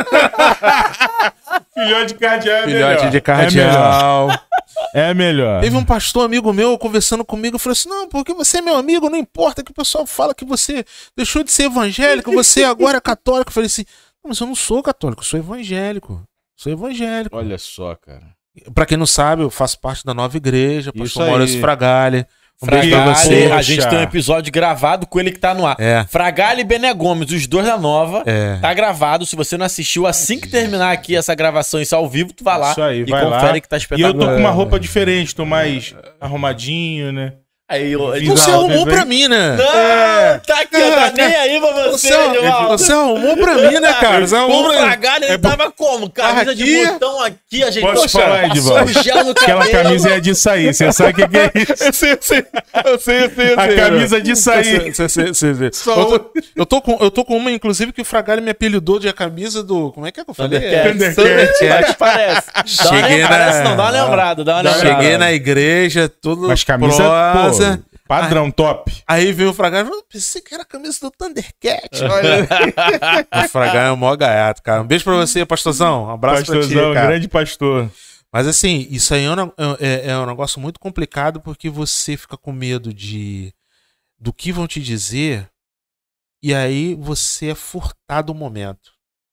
Filhote de cardeal é filhote melhor. de É cardeal. melhor. É melhor. Teve um pastor amigo meu conversando comigo, falou assim, não, porque você é meu amigo, não importa que o pessoal fala que você deixou de ser evangélico, você agora é católico. Eu falei assim, não, mas eu não sou católico, eu sou evangélico. Sou evangélico. Olha só, cara. Pra quem não sabe, eu faço parte da nova igreja, Isso pastor aí. Maurício Fragali. Um beijo pra Fragali, você. a gente Poxa. tem um episódio gravado com ele que tá no ar. É, Fragali e Bené Gomes, os dois da nova. é. Tá gravado. Se você não assistiu, assim que terminar aqui essa gravação, isso ao vivo, tu vai lá Isso aí, e vai confere lá. que tá E eu espetacular. tô com uma roupa diferente, tô mais arrumadinho, né? Aí, eu, Fiz Então você a- arrumou vem- pra mim, né? Não, tá aqui, tá nem aí pra você, Você, Edivaldo. você arrumou pra mim, né, cara? Você arrumou O pra mim. Fragali, ele tava como? Camisa de Aqui. botão aqui, a gente... Posso falar, Edivaldo? o gel no Aquela cabelo. camisa é de sair, você sabe o que, que é isso? Eu sei, eu sei, eu sei, eu sei, eu A sei, camisa de Eu sair. sei, eu sei, eu sei, eu sei. Só Eu tô, eu, tô com, eu tô com uma, inclusive, que o Fragali me apelidou de a camisa do... Como é que é que eu falei? Thundercats. Thundercats. Vai que parece. Dá uma Cheguei lembrada, na- parece não, dá uma lembrada, dá uma lembrada. Cheguei na igreja, tudo Mas camisa, prosa. pô, padrão, top. Aí veio o Fragali e falou, pensei que era a camisa do Thundercat. Olha. O Fragali é o maior gaiato, cara. Um beijo pra você, pastorzão. Um abraço Pastorzão, pra ti, cara. grande pastor. Mas assim, isso aí é um, é- é um negócio muito complicado porque você fica com medo de do que vão te dizer e aí você é furtado o momento.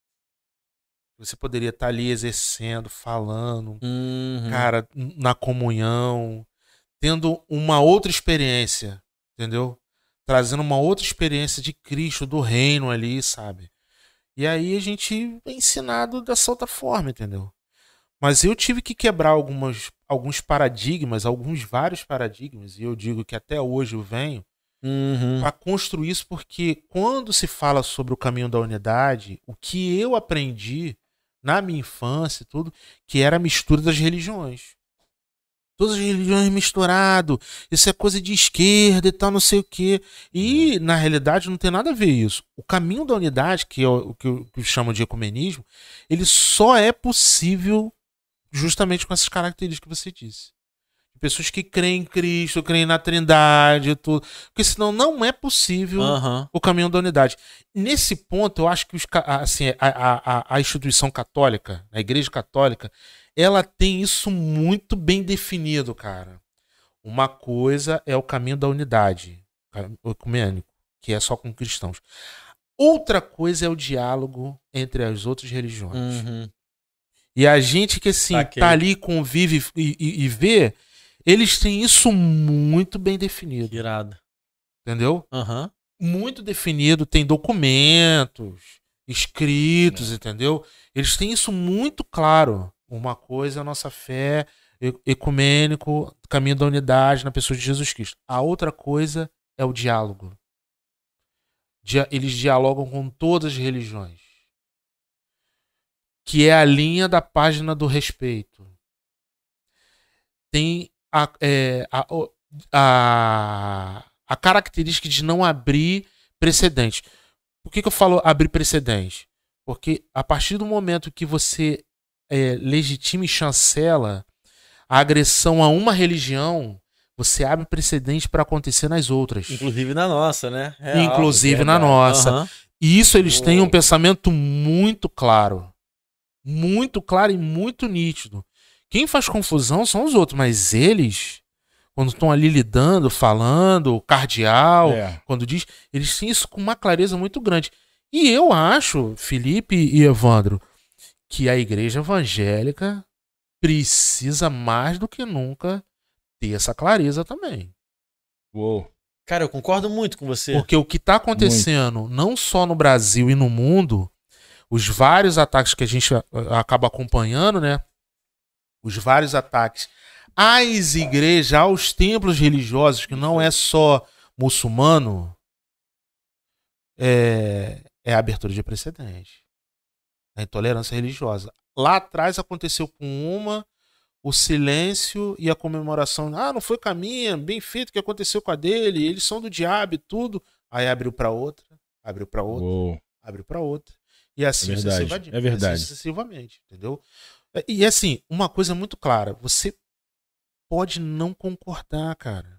Você poderia estar ali exercendo, falando, Uhum. cara, na comunhão, tendo uma outra experiência, entendeu? Trazendo uma outra experiência de Cristo, do reino ali, sabe? E aí a gente é ensinado dessa outra forma, entendeu? Mas eu tive que quebrar algumas, alguns paradigmas, alguns vários paradigmas, e eu digo que até hoje eu venho, Uhum. para construir isso, porque quando se fala sobre o caminho da unidade, o que eu aprendi na minha infância e tudo, que era a mistura das religiões. todas as religiões misturado, isso é coisa de esquerda e tal, não sei o quê. E, na realidade, não tem nada a ver isso. O caminho da unidade, que é o que eu, que eu chamo de ecumenismo, ele só é possível justamente com essas características que você disse. Pessoas que creem em Cristo, creem na Trindade e tudo. Porque senão não é possível Uhum. o caminho da unidade. Nesse ponto, eu acho que os, assim, a, a, a instituição católica, a Igreja Católica, ela tem isso muito bem definido, cara. Uma coisa é o caminho da unidade, o ecumênico, que é só com cristãos. Outra coisa é o diálogo entre as outras religiões. Uhum. E a gente que assim, Saquei. tá ali, convive e, e, e vê, eles têm isso muito bem definido. Irado. Entendeu? Aham. Muito definido, tem documentos escritos, É. entendeu? Eles têm isso muito claro. Uma coisa é a nossa fé e- ecumênico, caminho da unidade na pessoa de Jesus Cristo. A outra coisa é o diálogo. Dia- Eles dialogam com todas as religiões. Que é a linha da página do respeito. Tem a, é, a, o- a, a característica de não abrir precedente. Por que, que eu falo abrir precedente? Porque a partir do momento que você é, legitima e chancela a agressão a uma religião, você abre precedente para acontecer nas outras. Inclusive na nossa, né? Real, Inclusive na verdade. nossa. Aham. E isso eles têm Uou. um pensamento muito claro. Muito claro e muito nítido. Quem faz confusão são os outros, mas eles, quando estão ali lidando, falando, o cardeal, É. quando diz, eles têm isso com uma clareza muito grande. E eu acho, Felipe e Evandro, que a igreja evangélica precisa mais do que nunca ter essa clareza também. Uou. Cara, eu concordo muito com você. Porque o que está acontecendo, não só no Brasil e no mundo, os vários ataques que a gente a- acaba acompanhando, né? Os vários ataques às igrejas, aos templos religiosos, que não é só muçulmano, é, é a abertura de precedente. A intolerância religiosa. Lá atrás aconteceu com uma, o silêncio e a comemoração. Ah, não foi com a minha, bem feito o que aconteceu com a dele, eles são do diabo e tudo. Aí abriu para outra, abriu para outra, Uou. abriu para outra. E assim É verdade, sucessivamente, é verdade. assim sucessivamente, entendeu? E assim, uma coisa muito clara, você pode não concordar, cara.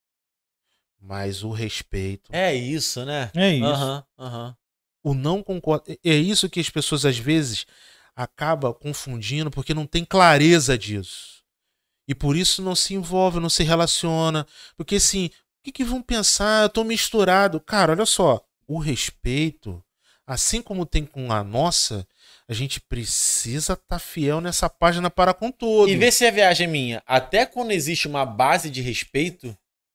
Mas o respeito, É isso, né? É isso. Aham, aham. o não concordar, é isso que as pessoas às vezes acabam confundindo porque não tem clareza disso. E por isso não se envolve, não se relaciona. Porque assim, o que, que vão pensar? Eu tô misturado. Cara, olha só, o respeito, assim como tem com a nossa, a gente precisa estar fiel nessa página para com todo. E vê se a viagem é minha. Até quando existe uma base de respeito,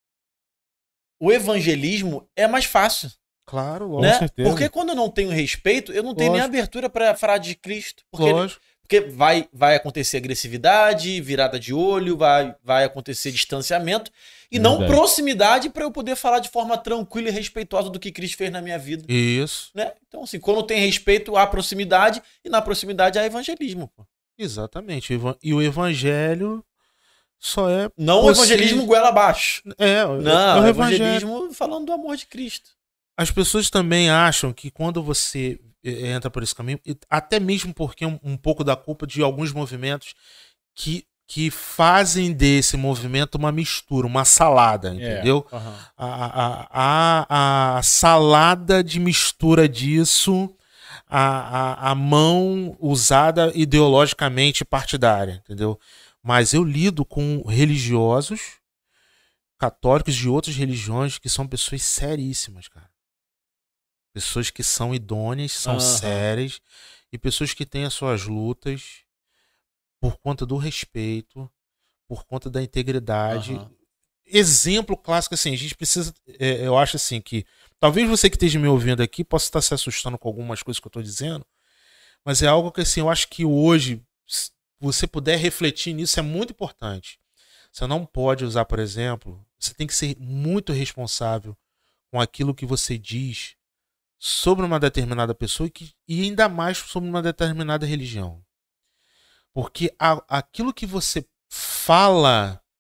o evangelismo é mais fácil. Claro, Com lógico. Né? certeza. Porque quando eu não tenho respeito, eu não tenho nem Lógico. abertura pra falar de Cristo. Porque, lógico. porque vai, vai acontecer agressividade, virada de olho, vai, vai acontecer distanciamento e não Verdade. proximidade pra eu poder falar de forma tranquila e respeitosa do que Cristo fez na minha vida. Isso. Né? Então, assim, quando tem respeito, há proximidade e na proximidade há evangelismo. Pô. Exatamente. O evan- E o evangelho só é. Não o possível- evangelismo goela abaixo. É, é Não, o o evangelho. evangelismo falando do amor de Cristo. As pessoas também acham que quando você eh, entra por esse caminho, e até mesmo porque um, um pouco da culpa de alguns movimentos que, que fazem desse movimento uma mistura, uma salada, entendeu? Aham. A, a, a, a salada de mistura disso, a, a, a mão usada ideologicamente partidária, entendeu? Mas eu lido com religiosos católicos de outras religiões que são pessoas seríssimas, cara. Pessoas que são idôneas, são Aham. sérias, e pessoas que têm as suas lutas por conta do respeito, por conta da integridade. Aham. Exemplo clássico, assim, a gente precisa. é, eu acho assim que. Talvez você que esteja me ouvindo aqui possa estar se assustando com algumas coisas que eu estou dizendo, mas é algo que assim, eu acho que hoje, se você puder refletir nisso, é muito importante. Você não pode usar, por exemplo, você tem que ser muito responsável com aquilo que você diz sobre uma determinada pessoa e, que, e ainda mais sobre uma determinada religião. Porque a, aquilo que você fala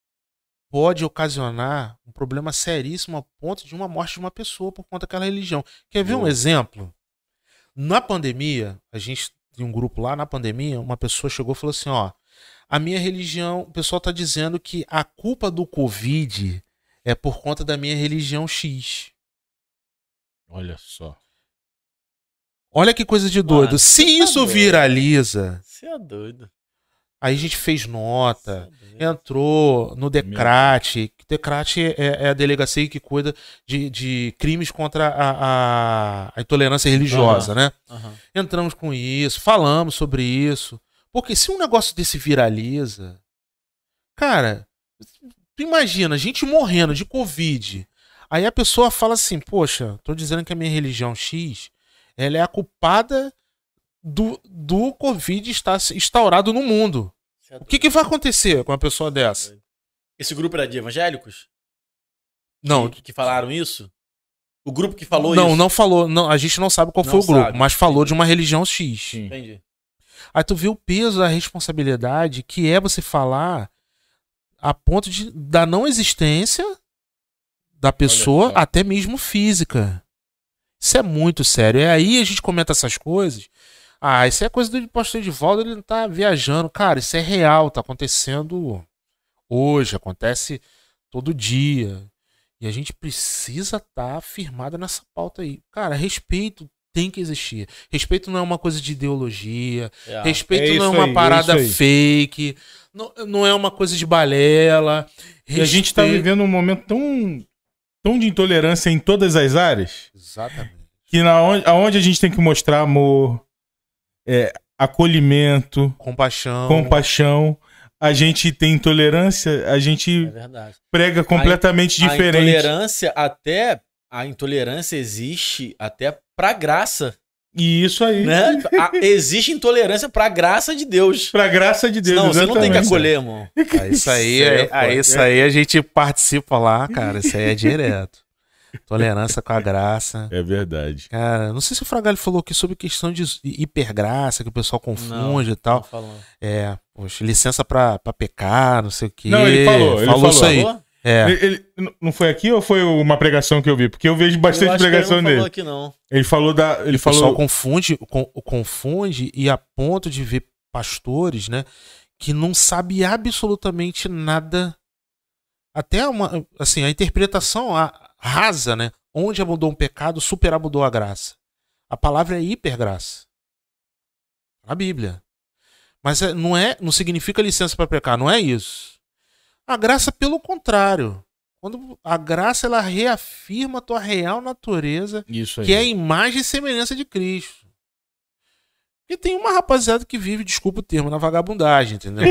pode ocasionar um problema seríssimo a ponto de uma morte de uma pessoa por conta daquela religião. Quer ver um exemplo? Na pandemia, a gente tem um grupo lá, na pandemia, uma pessoa chegou e falou assim, ó, a minha religião, o pessoal tá dizendo que a culpa do Covid é por conta da minha religião X. Olha só. Olha que coisa de doido. Mano, Se você tá isso doido. viraliza, Você é doido. aí a gente fez nota, Você é doido. entrou no DECRAT, que DECRAT é, é a delegacia que cuida de, de crimes contra a, a, a intolerância religiosa, Aham. né? Aham. Entramos com isso, falamos sobre isso. Porque se um negócio desse viraliza, cara, tu imagina, gente morrendo de Covid. Aí a pessoa fala assim, poxa, tô dizendo que a minha religião X, ela é a culpada do, do Covid estar instaurado no mundo. Você é O que, que vai acontecer com uma pessoa dessa? doido. Esse grupo era de evangélicos? Não, Que, que falaram isso? O grupo que falou não, isso? não falou. Não, a gente não sabe qual Não foi o grupo, sabe. mas falou de uma religião X. Sim. Entendi. Aí tu vê o peso da responsabilidade que é você falar a ponto de, da não existência da pessoa, só. até mesmo física. Isso é muito sério. E aí a gente comenta essas coisas. Ah, isso é coisa do pastor Edivaldo, ele não tá viajando. Cara, isso é real, tá acontecendo hoje, acontece todo dia. E a gente precisa estar firmado nessa pauta aí. Cara, respeito tem que existir. Respeito não é uma coisa de ideologia. É. Respeito É não é isso uma aí, é parada isso fake. Não, não é uma coisa de balela. E a gente tá Respeito- vivendo um momento tão, tão de intolerância em todas as áreas, Exatamente. que na onde, aonde a gente tem que mostrar amor, é, acolhimento, Compaixão. compaixão, a gente tem intolerância, a gente É verdade. prega completamente A diferente. intolerância até... A intolerância existe até pra graça, E isso aí. né? A- existe intolerância pra graça de Deus. Pra graça de Deus. Não, você não tem que exatamente. acolher, irmão. Ah, isso aí, Isso é, é ah, isso aí a gente participa lá, cara. Isso aí é direto. Tolerância com a graça. É verdade. Cara, não sei se o Fragalho falou aqui sobre questão de hipergraça, que o pessoal confunde e tal. Não falando. É, poxa, licença pra, pra pecar, não sei o quê. Não, ele falou, ele Falou isso falou. aí. Falou? É. Ele, ele- não foi aqui ou foi uma pregação que eu vi? Porque eu vejo Eu bastante acho que ele pregação não dele. falou aqui, não. Ele falou da. Ele O pessoal falou. confunde, con- confunde e a ponto de ver pastores, né, que não sabe absolutamente nada. Até uma, assim, a interpretação a- rasa, né? Onde abundou um pecado, superabundou a graça. A palavra é hipergraça. Na Bíblia. Mas é- não é, não significa licença para pecar, não é isso. A graça, pelo contrário. Quando a graça ela reafirma a tua real natureza, Isso aí. que é a imagem e semelhança de Cristo. Porque tem uma rapaziada que vive, desculpa o termo, na vagabundagem, entendeu?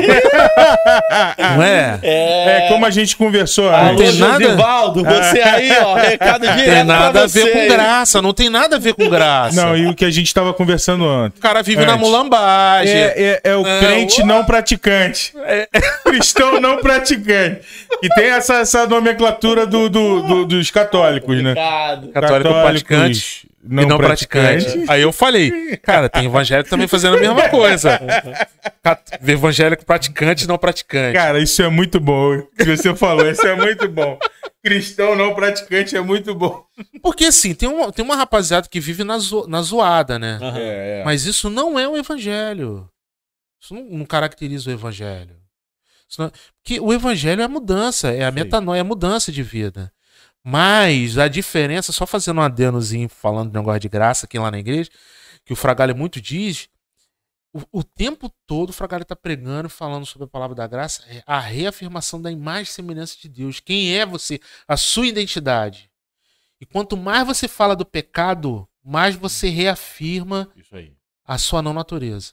Não é? É como a gente conversou Não Alô, tem antes. nada- Josivaldo, você aí, ó, recado direto Tem nada pra a ver você. com graça, não tem nada a ver com graça. Não, e o que a gente tava conversando antes. O cara vive na Antes. mulambagem. É, é- é o É, crente o- não praticante. Cristão não praticante. E tem essa, essa nomenclatura do, do- do- dos católicos, né? Recado. Católico praticante não, e não praticante. praticante. Aí eu falei, cara, tem evangélico também fazendo a mesma coisa. Cat- Evangélico praticante e não praticante. Cara, isso é muito bom. O que você falou, isso é muito bom. Cristão não praticante é muito bom. Porque assim, tem uma, tem uma rapaziada que vive na, zo- na zoada, né? Aham. É, é. Mas isso não é o evangelho. Isso não, não caracteriza o evangelho. Isso não- Porque o evangelho é a mudança, é a Sim. metanoia, é a mudança de vida. Mas a diferença, só fazendo um adenozinho falando de negócio de graça aqui lá na igreja, que o Fragalho muito diz, o, o tempo todo o Fragalho está pregando, falando sobre a palavra da graça, é a reafirmação da imagem e semelhança de Deus. Quem é você? A sua identidade. E quanto mais você fala do pecado, mais você reafirma Isso aí. a sua não natureza.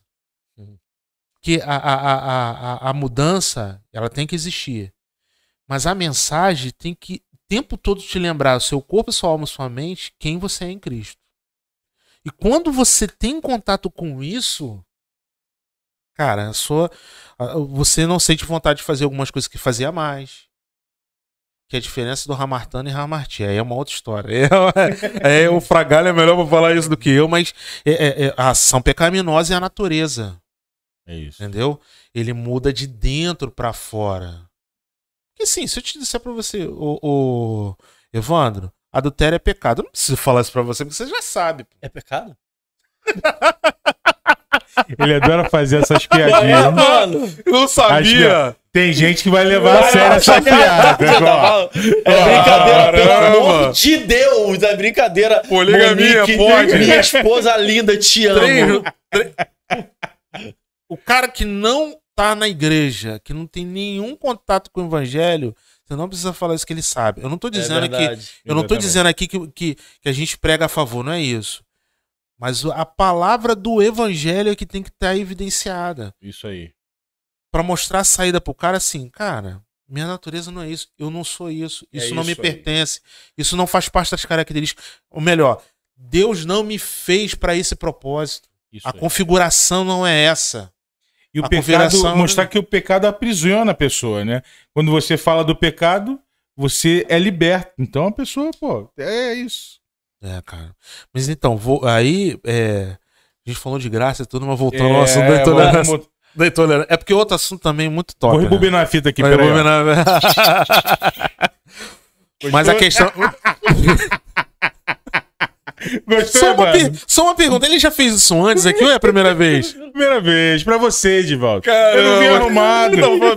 Que a, a, a, a, a mudança, ela tem que existir. Mas a mensagem tem que o tempo todo te lembrar, o seu corpo, sua alma, sua mente, quem você é em Cristo. E quando você tem contato com isso, cara, a sua, a- você não sente vontade de fazer algumas coisas que fazia mais. Que é a diferença do Ramartano e Ramarti. Aí é uma outra história. É, é, o Fragalho é melhor pra falar isso do que eu, mas é- é- é- a ação pecaminosa é a natureza. É isso. Entendeu? Ele muda de dentro pra fora. Porque assim, se eu te disser pra você, o, o Evandro, adultério é pecado. Eu não preciso falar isso pra você, porque você já sabe. É pecado? Ele adora fazer essas piadinhas. É, mano. Não sabia. Tem gente que vai levar a sério essa piada. ó. É brincadeira, pelo Caramba. amor de Deus. É brincadeira. Poligamia, pode. Minha esposa linda, te amo. Três- três- O cara que não tá na igreja, que não tem nenhum contato com o evangelho, você não precisa falar isso que ele sabe. Eu não tô dizendo aqui, verdade. eu não tô Exatamente. dizendo aqui que, que, que a gente prega a favor, não é isso. Mas a palavra do evangelho é que tem que estar evidenciada. Isso aí. Pra mostrar a saída pro cara assim, cara, minha natureza não é isso, eu não sou isso, É isso não me isso aí. pertence, isso não faz parte das características. Ou melhor, Deus não me fez pra esse propósito. Isso A aí. configuração não é essa. E o a pecado, configuração- mostrar que o pecado aprisiona a pessoa, né? Quando você fala do pecado, você é liberto. Então a pessoa, pô, é isso. É, cara. Mas então, vou, aí, é, a gente falou de graça e tudo, mas voltando ao É, assunto da intolerância. vamos- Da intolerância. É porque outro assunto também muito top. Vou né? rebobinar a fita aqui, Vai peraí. ó. rebobinar. Mas a questão. Gostou, Só uma, Evandro? per- só uma pergunta. Ele já fez isso antes aqui ou é a primeira vez? Primeira vez, pra você, Edivaldo. Caramba. Eu não vim arrumado.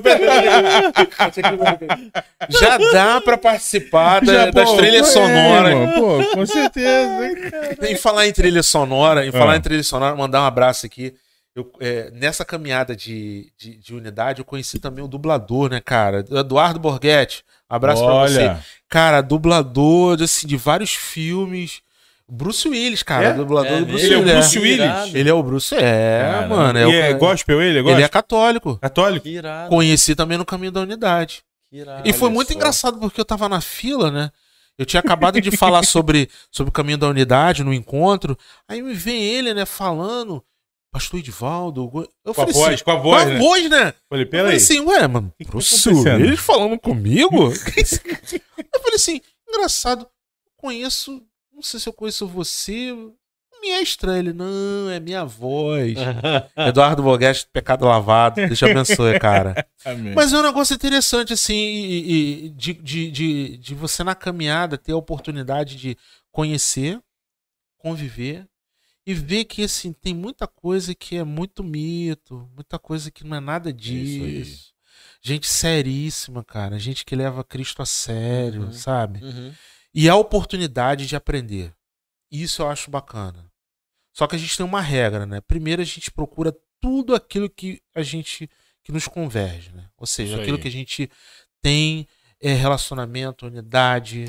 Já dá pra participar da- Já, das pô, trilhas é, sonoras. mano, pô, com certeza. Em falar em trilha sonora, em falar Ah. em trilha sonora, mandar um abraço aqui. Eu, é, nessa caminhada de, de, de unidade, eu conheci também o dublador, né, cara? Eduardo Borghetti. Abraço pra você. Olha, Cara, dublador assim, de vários filmes. Bruce Willis, cara. É? dublador É do Bruce ele é o Willis. Bruce Willis. Ele é o Bruce. É, Cara, mano. É e o, é gospel ele? É ele gospel? é católico. Católico? Que irado. Conheci também no Caminho da Unidade. Que irado. E foi Olha muito só. engraçado porque eu tava na fila, né? Eu tinha acabado de falar sobre, sobre o Caminho da Unidade no encontro. Aí me vem ele, né, falando. Pastor Edivaldo. Eu Com a falei voz, assim, com a voz, com a né? voz, né? Falei, Eu falei peraí. assim, ué, mano, que tá Bruce acontecendo? Willis falando comigo? Eu falei assim, engraçado, conheço, não sei se eu conheço você, não me é estranho. Ele, não, é minha voz. Eduardo Borghetti, pecado lavado, Deus te abençoe, cara. Amém. Mas é um negócio interessante, assim, e, e- de, de, de, de você na caminhada ter a oportunidade de conhecer, conviver e ver que, assim, tem muita coisa que é muito mito, muita coisa que não é nada disso. Gente seríssima, cara. Gente que leva Cristo a sério, Uhum. sabe? Uhum. E a oportunidade de aprender. Isso eu acho bacana. Só que a gente tem uma regra, né? Primeiro a gente procura tudo aquilo que a gente que nos converge, né? Ou seja, Isso aquilo aí. que a gente tem é, relacionamento, unidade.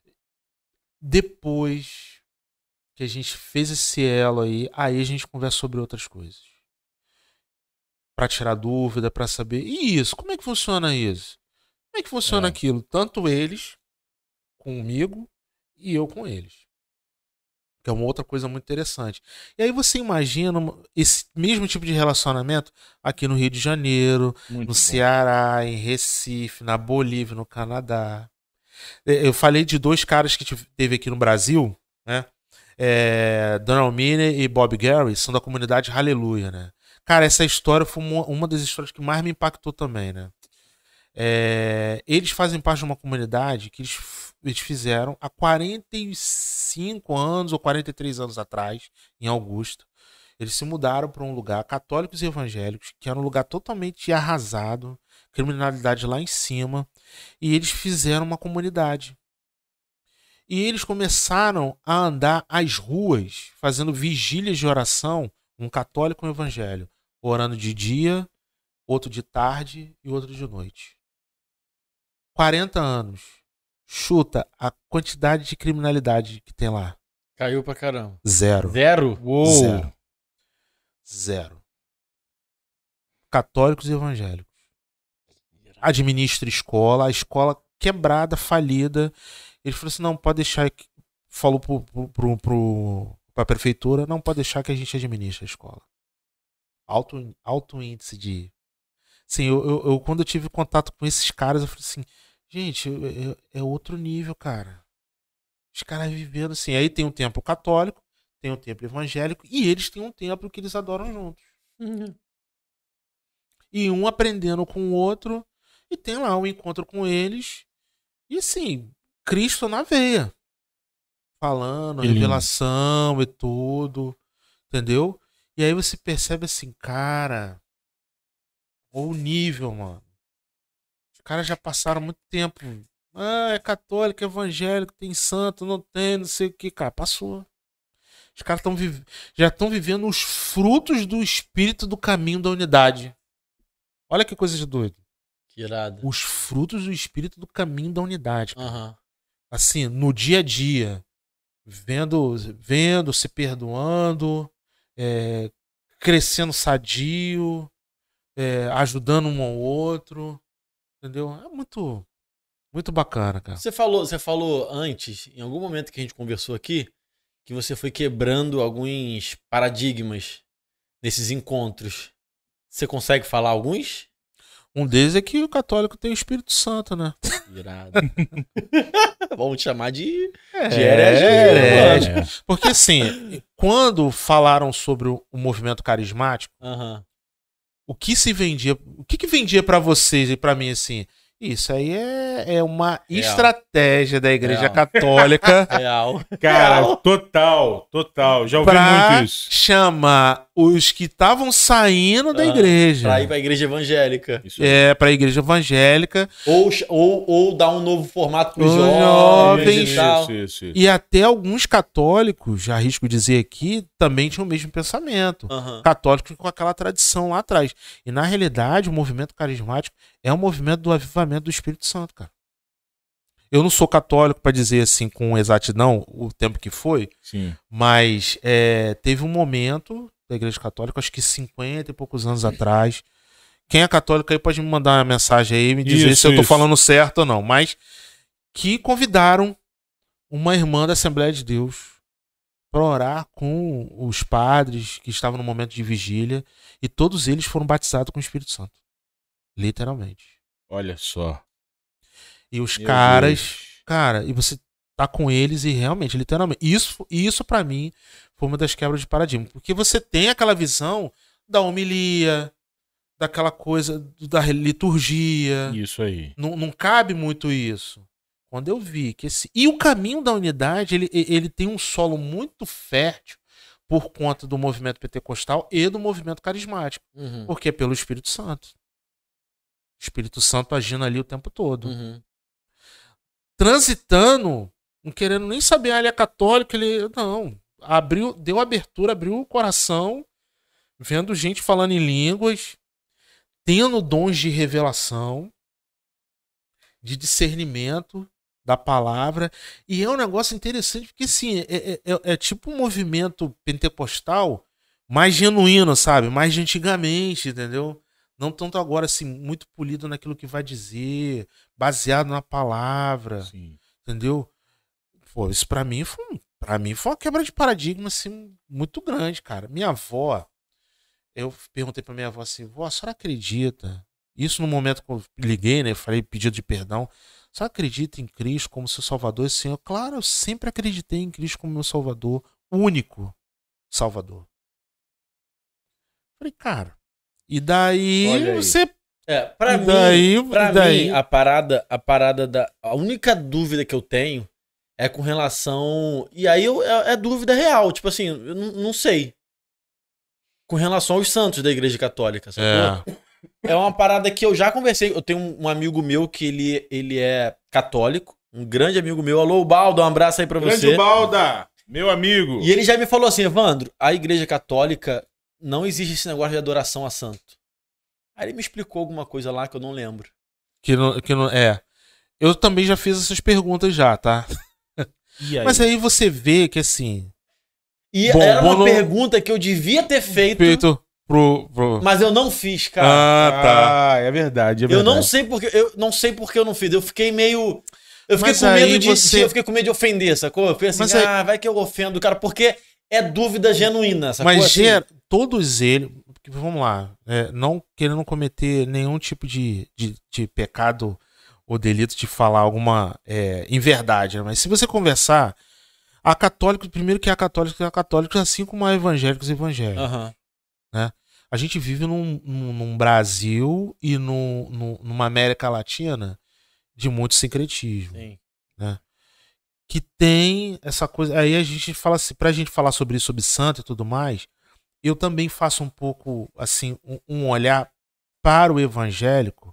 Depois que a gente fez esse elo aí, aí a gente conversa sobre outras coisas. Pra tirar dúvida, pra saber. E isso? Como é que funciona isso? Como é que funciona É. aquilo? Tanto eles comigo e eu com eles. Que é uma outra coisa muito interessante. E aí você imagina uma- esse mesmo tipo de relacionamento aqui no Rio de Janeiro, Muito no bom. Ceará, em Recife, na Bolívia, no Canadá. Eu falei de dois caras que tive- teve aqui no Brasil, né? É, Donald Miner e Bob Gary, são da comunidade Hallelujah, né? Cara, essa história foi uma, uma das histórias que mais me impactou também, né? É, eles fazem parte de uma comunidade que eles, f- eles fizeram há quarenta e cinco anos ou quarenta e três anos atrás, em Augusta. Eles se mudaram para um lugar, católicos e evangélicos, que era um lugar totalmente arrasado, criminalidade lá em cima, e eles fizeram uma comunidade. E eles começaram a andar às ruas, fazendo vigílias de oração, um católico e um evangélico, orando de dia, outro de tarde e outro de noite. quarenta anos. Chuta a quantidade de criminalidade que tem lá. Caiu pra caramba. Zero. Zero? Uou. Zero. Zero. Católicos e evangélicos. Administra escola, a escola quebrada, falida. Ele falou assim: não, pode deixar. que- Falou pro, pro, pro, pro, pra prefeitura: não, pode deixar que a gente administre a escola. Alto, alto índice de. Sim, eu, eu, eu- quando eu tive contato com esses caras, eu falei assim: gente, eu- eu- é outro nível, cara. Os caras vivendo assim. Aí tem um templo católico, tem um templo evangélico, e eles têm um templo que eles adoram juntos. E um aprendendo com o outro. E tem lá um encontro com eles. E assim, Cristo na veia. Falando, Que lindo. revelação e tudo. Entendeu? E aí você percebe assim, cara... Olha o nível, mano. Os caras já passaram muito tempo. Ah, é católico, é evangélico, tem santo, não tem, não sei o que. Cara, passou. Os caras tão vive... já estão vivendo os frutos do espírito do caminho da unidade. Olha que coisa de doido. Que irado. Os frutos do espírito do caminho da unidade. cara. Aham. Assim, no dia a dia. Vendo, vendo se perdoando, é, crescendo sadio, é, ajudando um ao outro. Entendeu? É muito, muito bacana, cara. Você falou, você falou antes, em algum momento que a gente conversou aqui, que você foi quebrando alguns paradigmas nesses encontros. Você consegue falar alguns? Um deles é que o católico tem o Espírito Santo, né? Irado. Vamos te chamar de, É, de herege, herege. mano. Porque assim, quando falaram sobre o o movimento carismático, Aham. o que se vendia, o que, que vendia pra vocês e pra mim assim? Isso aí é, é uma estratégia da Igreja Real. Católica Real. Cara, Real. total, total. Já ouvi pra muito isso. chamar os que estavam saindo da Ah, igreja. Pra ir pra igreja evangélica. Isso aí. É, pra igreja evangélica. Ou, ou, ou dar um novo formato pros Os jovens, jovens. e tal. Isso, isso, isso. E até alguns católicos, arrisco dizer aqui, também tinham o mesmo pensamento. Aham. Católicos com aquela tradição lá atrás. E na realidade, o movimento carismático é um movimento do avivamento do Espírito Santo, cara. Eu não sou católico para dizer assim com exatidão o tempo que foi, Sim. mas é, teve um momento da Igreja Católica, acho que cinquenta e poucos anos atrás. Quem é católico aí pode me mandar uma mensagem aí e me dizer Isso, se eu tô isso. falando certo ou não. Mas que convidaram uma irmã da Assembleia de Deus para orar com os padres que estavam no momento de vigília e todos eles foram batizados com o Espírito Santo. Literalmente. Olha só. E os Meu caras, Deus. cara, e você tá com eles e realmente, literalmente, isso, isso para mim foi uma das quebras de paradigma, porque você tem aquela visão da homilia, daquela coisa da liturgia, Isso aí. não, não cabe muito isso. Quando eu vi que esse... E o caminho da unidade, ele, ele tem um solo muito fértil por conta do movimento pentecostal e do movimento carismático, Uhum. porque é pelo Espírito Santo. O Espírito Santo agindo ali o tempo todo. Uhum. Transitando, não querendo nem saber, ah, ele é católico, ele... Não, abriu, deu abertura, abriu o coração, vendo gente falando em línguas, tendo dons de revelação, de discernimento da palavra. E é um negócio interessante, porque assim, é, é, é, é tipo um movimento pentecostal mais genuíno, sabe? Mais de antigamente, entendeu? Não tanto agora, assim, muito polido naquilo que vai dizer, baseado na palavra, Sim. entendeu? Pô, isso pra mim foi, um- pra mim foi uma quebra de paradigma, assim, muito grande, cara. Minha avó, eu perguntei pra minha avó assim, vó, a senhora acredita? Isso no momento que eu liguei, né, eu falei pedido de perdão. A senhora acredita em Cristo como seu Salvador e Senhor? Claro, eu sempre acreditei em Cristo como meu Salvador, único Salvador. Falei, cara, e daí Olha aí. você... É, pra E mim, daí- pra e daí- mim, a parada, a parada da. A única dúvida que eu tenho é com relação. E aí eu, é, é dúvida real. Tipo assim, eu não, não sei. Com relação aos santos da Igreja Católica, sacou? É, É uma parada que eu já conversei. Eu tenho um, um amigo meu que ele, ele é católico. Um grande amigo meu. Alô, Baldo, um abraço aí pra Grande você. Balda, meu amigo. E ele já me falou assim, Evandro, a Igreja Católica não existe esse negócio de adoração a santo. Aí ele me explicou alguma coisa lá que eu não lembro. que não, que não, é. Eu também já fiz essas perguntas já, tá? E aí? Mas aí você vê que assim, E Bom, era uma bom, não- pergunta que eu devia ter feito, feito pro, pro... mas eu não fiz, cara. Ah, tá. Ah, é verdade, é eu verdade. não sei porque eu não sei porque eu não fiz. Eu fiquei meio eu fiquei Mas com aí medo de, você- de- eu fiquei com medo de ofender, sacou? Eu fiquei assim, Mas aí- ah, vai que eu ofendo o cara, porque é dúvida genuína, sacou? Mas Assim, ger- todos eles, porque, vamos lá, é, não querendo cometer nenhum tipo de, de, de pecado ou delito de falar alguma é, inverdade, né? Mas se você conversar, há católicos, primeiro que há católicos e há católicos, assim como há evangélicos e evangélicos. Aham. a gente vive num, num, num Brasil e no, no, numa América Latina de muito sincretismo. Sim. Né? Que tem essa coisa. Aí a gente fala assim, pra gente falar sobre isso, sobre santo e tudo mais, eu também faço um pouco assim, um, um olhar para o evangélico,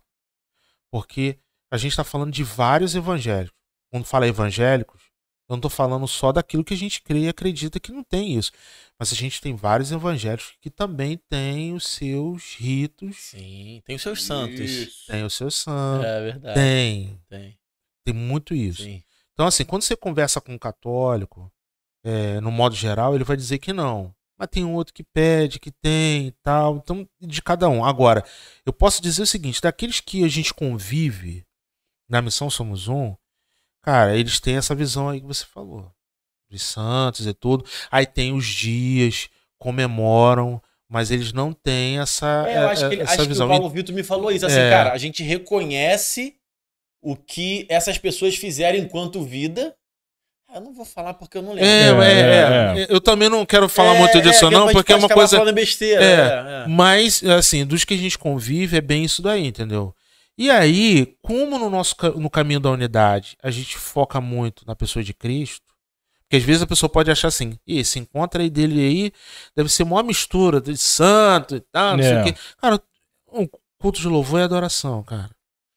porque a gente está falando de vários evangélicos. Quando fala evangélicos, eu não estou falando só daquilo que a gente crê e acredita que não tem isso. Mas a gente tem vários evangélicos que também têm os seus ritos. Sim, tem os seus santos. Isso. Tem os seus santos. É verdade. Tem. Tem. Tem muito isso. Sim. Então, assim, quando você conversa com um católico, é, no modo geral, ele vai dizer que não. Mas tem um outro que pede, que tem e tal. Então, de cada um. Agora, eu posso dizer o seguinte, daqueles que a gente convive na Missão Somos Um, cara, eles têm essa visão aí que você falou. Dos santos e tudo. Aí tem os dias, comemoram, mas eles não têm essa, É, eu acho que, ele, essa acho visão. que o Paulo Vitor me falou isso. Assim, É. cara, a gente reconhece o que essas pessoas fizeram enquanto vida. Eu não vou falar porque eu não lembro. É, é, É, é. Eu também não quero falar É, muito disso, é, não, a gente porque é pode uma acabar coisa. falando besteira. É, É, é. Mas, assim, dos que a gente convive, é bem isso daí, entendeu? E aí, como no nosso ca- no caminho da unidade a gente foca muito na pessoa de Cristo, porque às vezes a pessoa pode achar assim, e esse encontro aí dele aí deve ser uma mistura de santo e tal, não sei É. o quê. Cara, o culto de louvor é adoração, cara.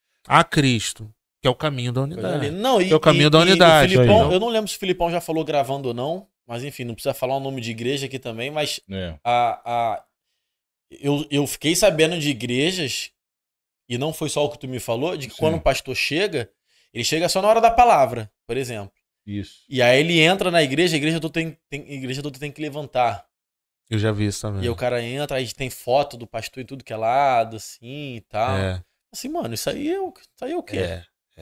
A Cristo, que é o caminho da Coisa unidade. linda. Não, e, É o caminho e- da e unidade, o Filipão, entendeu? eu não lembro se o Filipão já falou gravando ou não, mas enfim, não precisa falar o nome de igreja aqui também, mas É. a, a, eu, eu fiquei sabendo de igrejas, e não foi só o que tu me falou, de que Sim. quando o pastor chega, ele chega só na hora da palavra, por exemplo. Isso. E aí ele entra na igreja, a igreja toda tem, tem, a igreja toda tem que levantar. Eu já vi isso também. E aí o cara entra, aí tem foto do pastor em tudo que é lado, assim e tal. É, Assim, mano, isso aí é o, isso aí é o quê? é,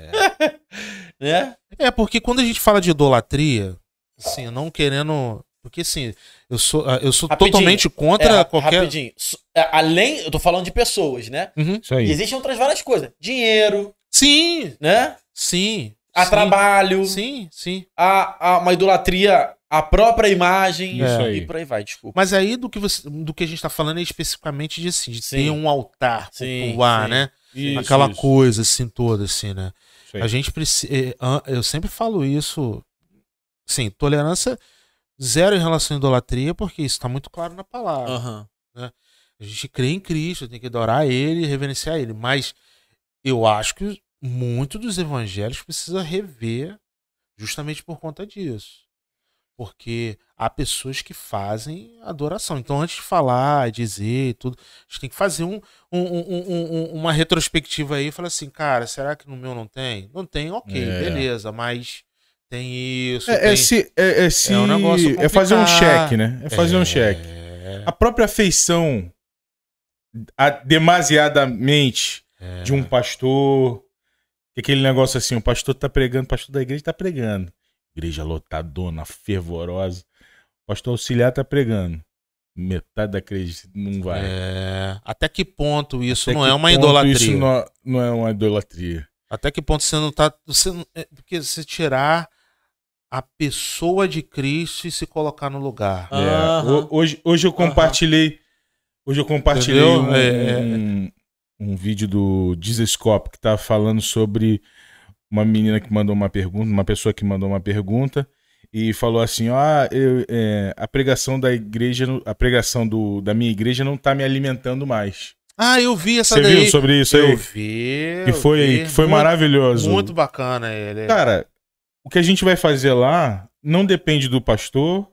é. Né? É, porque quando a gente fala de idolatria, assim, não querendo. Porque assim, eu sou, eu sou Rapidinho. totalmente contra É, qualquer. Rapidinho. S- é, Além, eu tô falando de pessoas, né? Uhum. Isso aí. E existem outras várias coisas. Dinheiro, Sim, né? sim. A sim, trabalho, Sim, sim. a, a uma idolatria, a própria imagem Isso e aí. por aí vai, desculpa. Mas aí do que, você, do que a gente tá falando é especificamente de, assim, de Sim. ter um altar Sim, popular, sim. né? Isso, Aquela isso. coisa assim toda, assim, né? Isso aí. A gente precisa. Eu sempre falo isso. Sim, tolerância zero em relação à idolatria, porque isso tá muito claro na palavra. Aham. A gente crê em Cristo, tem que adorar Ele e reverenciar Ele. Mas eu acho que muito dos evangelhos precisa rever justamente por conta disso. Porque há pessoas que fazem adoração. Então, antes de falar, dizer e tudo, a gente tem que fazer um, um- um- um- um- uma retrospectiva aí e falar assim, cara, será que no meu não tem? Não tem, ok, É. beleza, mas tem isso. É, tem... é se, é, é se- É um negócio é fazer um complicado. cheque, né? É fazer um cheque. É, A própria feição a- demasiadamente é. de um pastor, que aquele negócio assim, o pastor tá pregando, o pastor da igreja tá pregando. Igreja lotadona, fervorosa. O pastor auxiliar tá pregando. Metade da igreja não vai. É. Até que ponto isso Até não que é uma ponto idolatria? Isso não, não é uma idolatria. Até que ponto você não tá. Você, não- é, porque você tirar a pessoa de Cristo e se colocar no lugar. Ah. É, Aham. ho- hoje, hoje eu compartilhei. Hoje eu compartilhei Entendeu? um, É, é. um, um vídeo do Dizescope que tava falando sobre uma menina que mandou uma pergunta, uma pessoa que mandou uma pergunta e falou assim: ah, eu, é, a pregação da igreja, a pregação do, da minha igreja não tá me alimentando mais. Ah, eu vi essa Você daí. viu sobre isso eu aí? vi. Que eu foi, vi. que foi Muito- maravilhoso. Muito bacana ele. Cara, o que a gente vai fazer lá não depende do pastor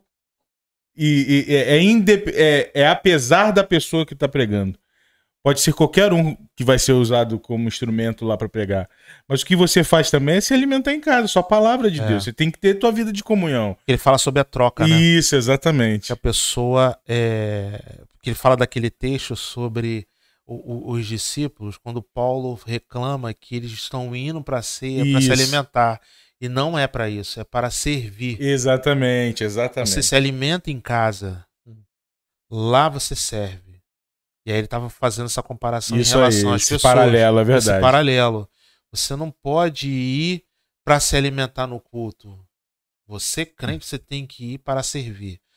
e, e- é, é, indep- é- é apesar da pessoa que tá pregando. Pode ser qualquer um que vai ser usado como instrumento lá para pregar. Mas o que você faz também é se alimentar em casa, só a palavra de É. Deus. Você tem que ter tua vida de comunhão. Ele fala sobre a troca, né? Isso, exatamente. Que a pessoa é. Que ele fala daquele texto sobre o- o- os discípulos, quando Paulo reclama que eles estão indo para a ceia para se Isso. alimentar. E não é para isso, é para servir. Exatamente, exatamente. Você se alimenta em casa, lá você serve. E aí ele estava fazendo essa comparação Isso em relação aí, às esse pessoas. paralelo, é Esse verdade. paralelo. Você não pode ir para se alimentar no culto. Você, crente, você tem que ir para servir.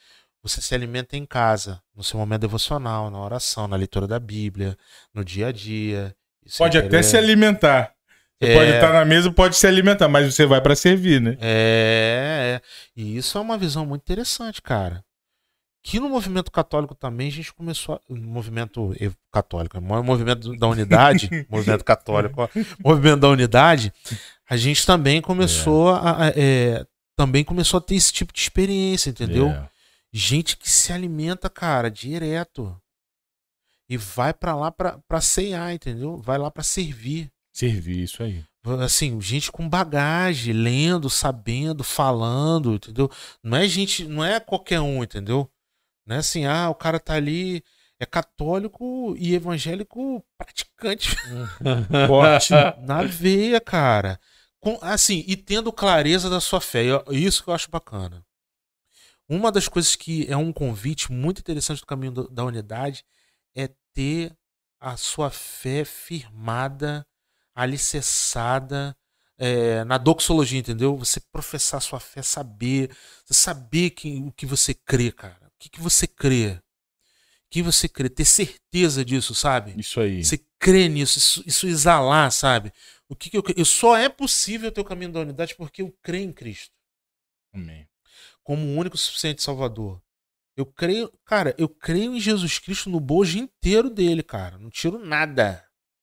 Você se alimenta em casa, no seu momento devocional, na oração, na leitura da Bíblia, no dia a dia. Isso Pode é até querer- se alimentar. Você É. pode estar na mesa, pode se alimentar, mas você vai pra servir, né? É, é. E isso é uma visão muito interessante, cara. Que no movimento católico também a gente começou. A, no movimento ev- católico, no movimento da unidade, movimento católico, ó, movimento da unidade, a gente também começou a. a- é, também começou a ter esse tipo de experiência, entendeu? É. Gente que se alimenta, cara, direto. E vai pra lá pra, pra ceiar, entendeu? Vai lá pra servir. Servir, isso aí. Assim, gente com bagagem, lendo, sabendo, falando, entendeu? Não é gente, não é qualquer um, entendeu? Não é assim, ah, o cara tá ali, é católico e evangélico praticante Forte. na veia, cara. Com, assim, e tendo clareza da sua fé. Eu- Isso que eu acho bacana. Uma das coisas que é um convite muito interessante do caminho do- da unidade é ter a sua fé firmada, alicerçada é, na doxologia, entendeu? Você professar sua fé, saber, você saber que, o que você crê, cara. O que, que você crê? O que você crê? Ter certeza disso, sabe? Isso aí. Você crê nisso, isso, isso exalar, sabe? O que, que eu creio? Eu só é possível ter o caminho da unidade porque eu creio em Cristo Amém. como o único suficiente Salvador. Eu creio, cara, eu creio em Jesus Cristo no bojo inteiro dele, cara. Não tiro nada.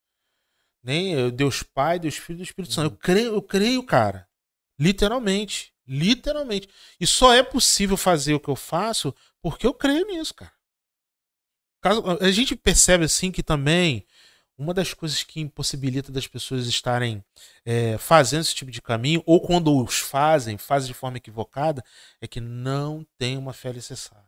Nem eu, Deus Pai, Deus Filho e Deus Espírito Santo. Eu creio, eu creio, cara. Literalmente. Literalmente. E só é possível fazer o que eu faço porque eu creio nisso, cara. Caso- A gente percebe assim que também uma das coisas que impossibilita das pessoas estarem é, fazendo esse tipo de caminho, ou quando os fazem, fazem de forma equivocada, é que não tem uma fé alicerçada.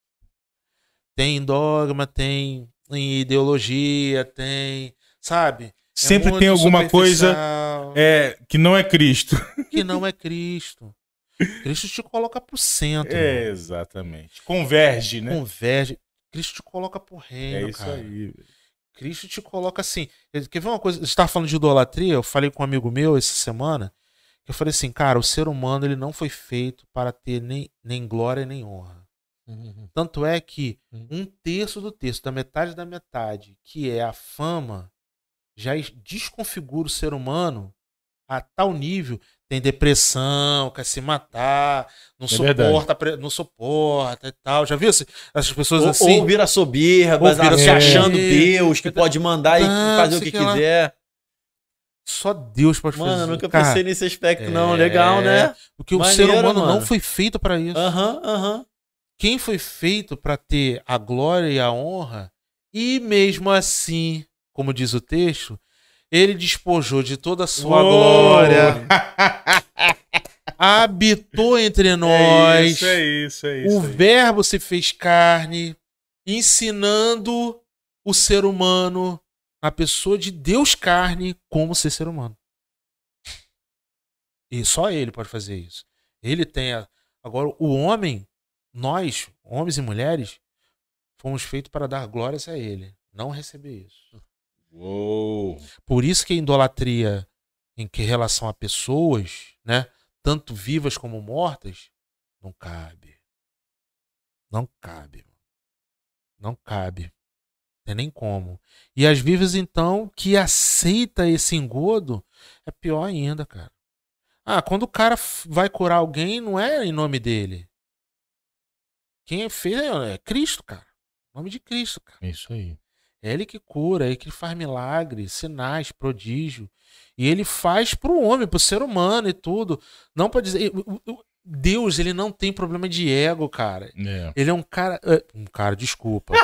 Tem dogma, tem ideologia, tem, sabe? Sempre muito tem alguma coisa superficial, é, que não é Cristo. que não é Cristo. Cristo te coloca pro centro. É, irmão. exatamente. Converge, né? Converge. Cristo te coloca pro reino, É isso cara. aí. Cristo te coloca assim. Quer ver uma coisa? Você estava falando de idolatria? Eu falei com um amigo meu essa semana. Que eu falei assim, cara, o ser humano ele não foi feito para ter nem, nem glória nem honra. Tanto é que um terço do terço, da metade da metade, que é a fama, já es- desconfigura o ser humano a tal nível. Tem depressão, quer se matar, não É verdade. suporta, pre- não suporta e tal. Já viu esse- essas pessoas Ou, assim? ou vira soberba, Ou vira se soberba. achando Deus, que pode mandar e Ah, fazer o sei que que lá. quiser. Só Deus pode Mano, fazer. eu nunca Cara, pensei nesse aspecto, não. é, Legal, né? Porque o Maneiro, ser humano mano. não foi feito para isso. Aham, aham. Quem foi feito para ter a glória e a honra, e mesmo assim, como diz o texto, ele despojou de toda a sua Uou! glória, habitou entre nós, É isso, é isso, é isso. o aí. Verbo se fez carne, ensinando o ser humano, a pessoa de Deus carne, como ser ser humano. E só ele pode fazer isso. Ele tem a... Agora, o homem, nós, homens e mulheres, fomos feitos para dar glórias a ele, não receber isso. Uou. Por isso que a idolatria em que relação a pessoas, né, tanto vivas como mortas, não cabe. Não cabe. Não cabe. Não tem nem como. E as vivas, então, que aceita esse engodo, é pior ainda, cara. Ah, quando o cara f- vai curar alguém, não é em nome dele. Quem fez é é Cristo, cara. Em nome de Cristo, cara. É isso aí. É ele que cura, é ele que faz milagres, sinais, prodígio. E ele faz pro homem, pro ser humano e tudo. Não pra dizer. o- o- Deus, ele não tem problema de ego, cara. É. Ele é um cara. é, Um cara, desculpa.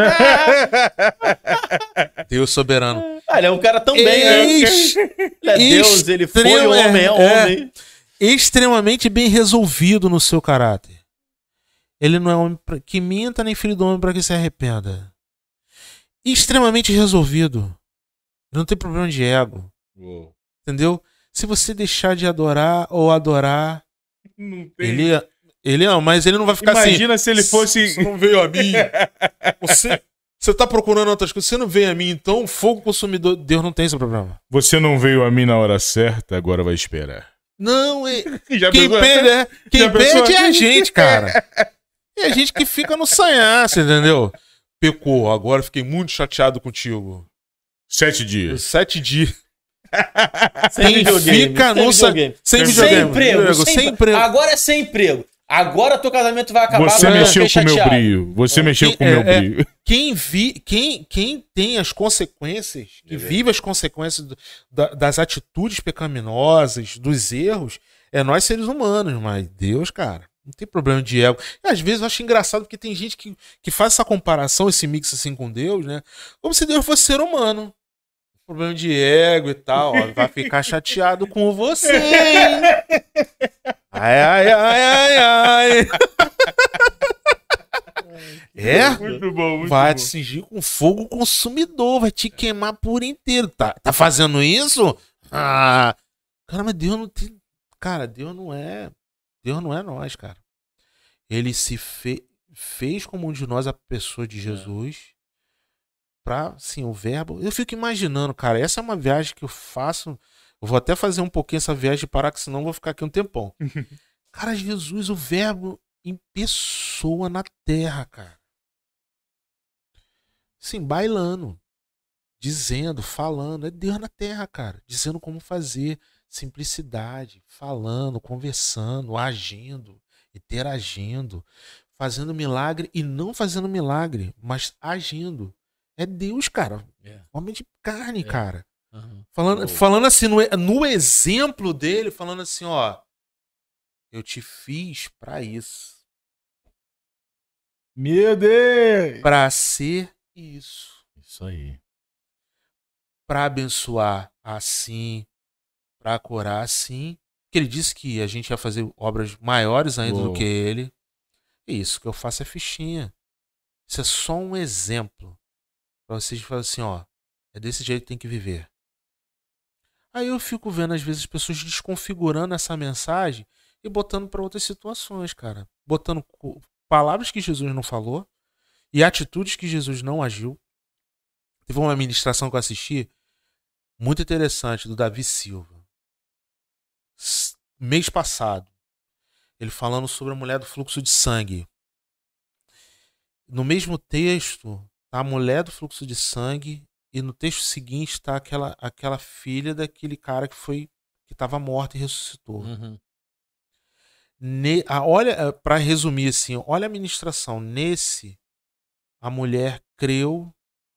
Deus soberano. Ah, ele é um cara tão bem, né? Ex- Ele é Deus, ele foi extremo- homem, é é, homem. extremamente bem resolvido no seu caráter. Ele não é homem pra- que minta, nem filho do homem para que se arrependa. Extremamente resolvido. Ele não tem problema de ego. Uou. Entendeu? Se você deixar de adorar ou adorar, Não tem. ele, ele não, mas ele não vai ficar assim. Imagina se ele fosse. Você não veio a mim. Você, você tá procurando outras coisas. Você não veio a mim, então fogo consumidor. Deus não tem esse problema. Você não veio a mim na hora certa, agora vai esperar. Não, é, Já quem pensou? perde, é, quem Já pensou? perde é a gente, cara. E a gente que fica no sanhaço, entendeu? Pecou, agora fiquei muito chateado contigo. Sete dias. Sete dias. Sem Quem videogame, fica sem no sa- videogame. sem Sem videogame. emprego, Diego, sem, sem emprego. emprego. Agora é sem emprego. Agora teu casamento vai acabar. Você agora eu mexeu fiquei com o meu chateado. brilho. Você mexeu Quem- com o meu é, é, brilho. Quem, vi, quem, quem tem as consequências, que vive as consequências do- da- das atitudes pecaminosas, dos erros, é nós seres humanos, mas Deus, cara, não tem problema de ego. E às vezes eu acho engraçado porque tem gente que, que faz essa comparação, esse mix assim com Deus, né? Como se Deus fosse ser humano. Problema de ego e tal, ó, vai ficar chateado com você, hein? Ai, ai, ai, ai, ai. É? Muito bom, muito Vai bom. te cingir com fogo consumidor, vai te queimar por inteiro. Tá, tá fazendo isso? Ah, cara, mas Deus não tem. Cara, Deus não é. Deus não é nós, cara. Ele se fe... fez como um de nós a pessoa de Jesus. Pra, assim, o verbo. Eu fico imaginando, cara. Essa é uma viagem que eu faço. Eu vou até fazer um pouquinho essa viagem e parar, que senão eu vou ficar aqui um tempão. Cara, Jesus, o verbo em pessoa na terra, cara. Sim, bailando, dizendo, falando. É Deus na terra, cara. Dizendo como fazer. Simplicidade, falando, conversando, agindo, interagindo, fazendo milagre e não fazendo milagre, mas agindo. É Deus, cara. É. Homem de carne, É. cara. Uhum. Falando, Oh. falando assim, no, no exemplo dele, falando assim, ó. Eu te fiz pra isso. Meu Deus! Pra ser isso. Isso aí. Pra abençoar assim. Pra curar assim. Porque ele disse que a gente ia fazer obras maiores ainda Uou. do que ele. E isso que eu faço é fichinha. Isso é só um exemplo. Pra vocês falarem assim, ó. É desse jeito que tem que viver. Aí eu fico vendo, às vezes, as pessoas desconfigurando essa mensagem e botando para outras situações, cara. Botando co- palavras que Jesus não falou e atitudes que Jesus não agiu. Teve uma ministração que eu assisti muito interessante do Davi Silva. S- Mês passado. Ele falando sobre a mulher do fluxo de sangue. No mesmo texto, tá a mulher do fluxo de sangue e no texto seguinte está aquela, aquela filha daquele cara que foi que estava morto e ressuscitou. Uhum. Ne, a, olha, para resumir assim, olha a ministração. Nesse, a mulher creu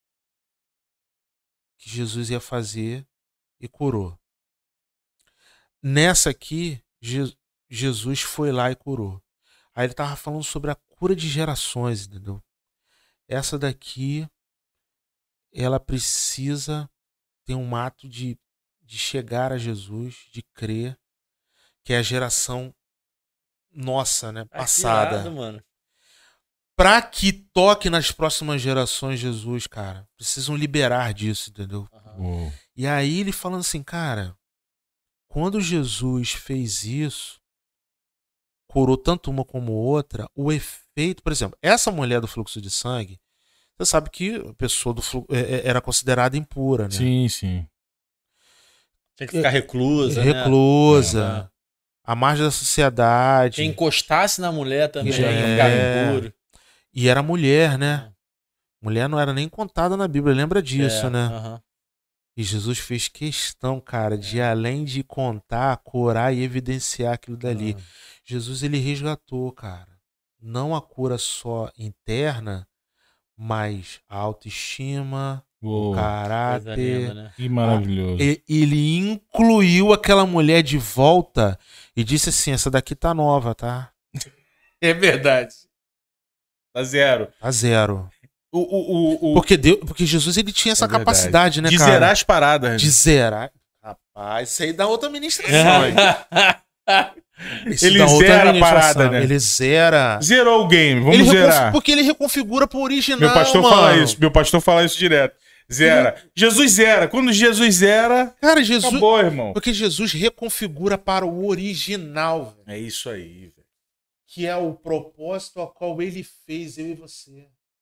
que Jesus ia fazer e curou. Nessa aqui, Je, Jesus foi lá e curou. Aí ele estava falando sobre a cura de gerações, entendeu? Essa daqui, ela precisa ter um ato de, de chegar a Jesus, de crer, que é a geração nossa, né, passada. Irado, mano. Pra que toque nas próximas gerações Jesus, cara, precisam liberar disso, entendeu? Uhum. Uou. E aí ele falando assim, cara, quando Jesus fez isso, curou tanto uma como outra, o efeito, por exemplo, essa mulher do fluxo de sangue, você sabe que a pessoa do fluxo era considerada impura, né? Sim, sim. Tem que ficar reclusa, né? Reclusa, à margem da sociedade. Quem encostasse na mulher também É. ia ficar impuro. E era mulher, né? Mulher não era nem contada na Bíblia, lembra disso, É, né? aham. E Jesus fez questão, cara, de além de contar, curar e evidenciar aquilo dali. Aham. Jesus, ele resgatou, cara. Não a cura só interna, mas a autoestima, Uou. o Coisa caráter. linda, né? Que maravilhoso. E- Ele incluiu aquela mulher de volta e disse assim, essa daqui tá nova, tá? É verdade. Tá zero. Tá zero. O, o, o, o... Porque, Deus, porque Jesus, ele tinha essa É verdade. capacidade, né, de cara? zerar as paradas. né? De zerar. Rapaz, isso aí dá outra ministração, hein? Isso Ele dá outra zera a ministração. parada, né? Ele zera. Zerou o game, vamos Ele reconf- zerar. Porque ele reconfigura pro original, Meu pastor mano. fala isso, meu pastor fala isso direto. Zera. Jesus zera. Quando Jesus zera, Cara, Jesus... acabou, irmão. Porque Jesus reconfigura para o original, velho, É isso aí, velho. que é o propósito ao qual ele fez, eu e você.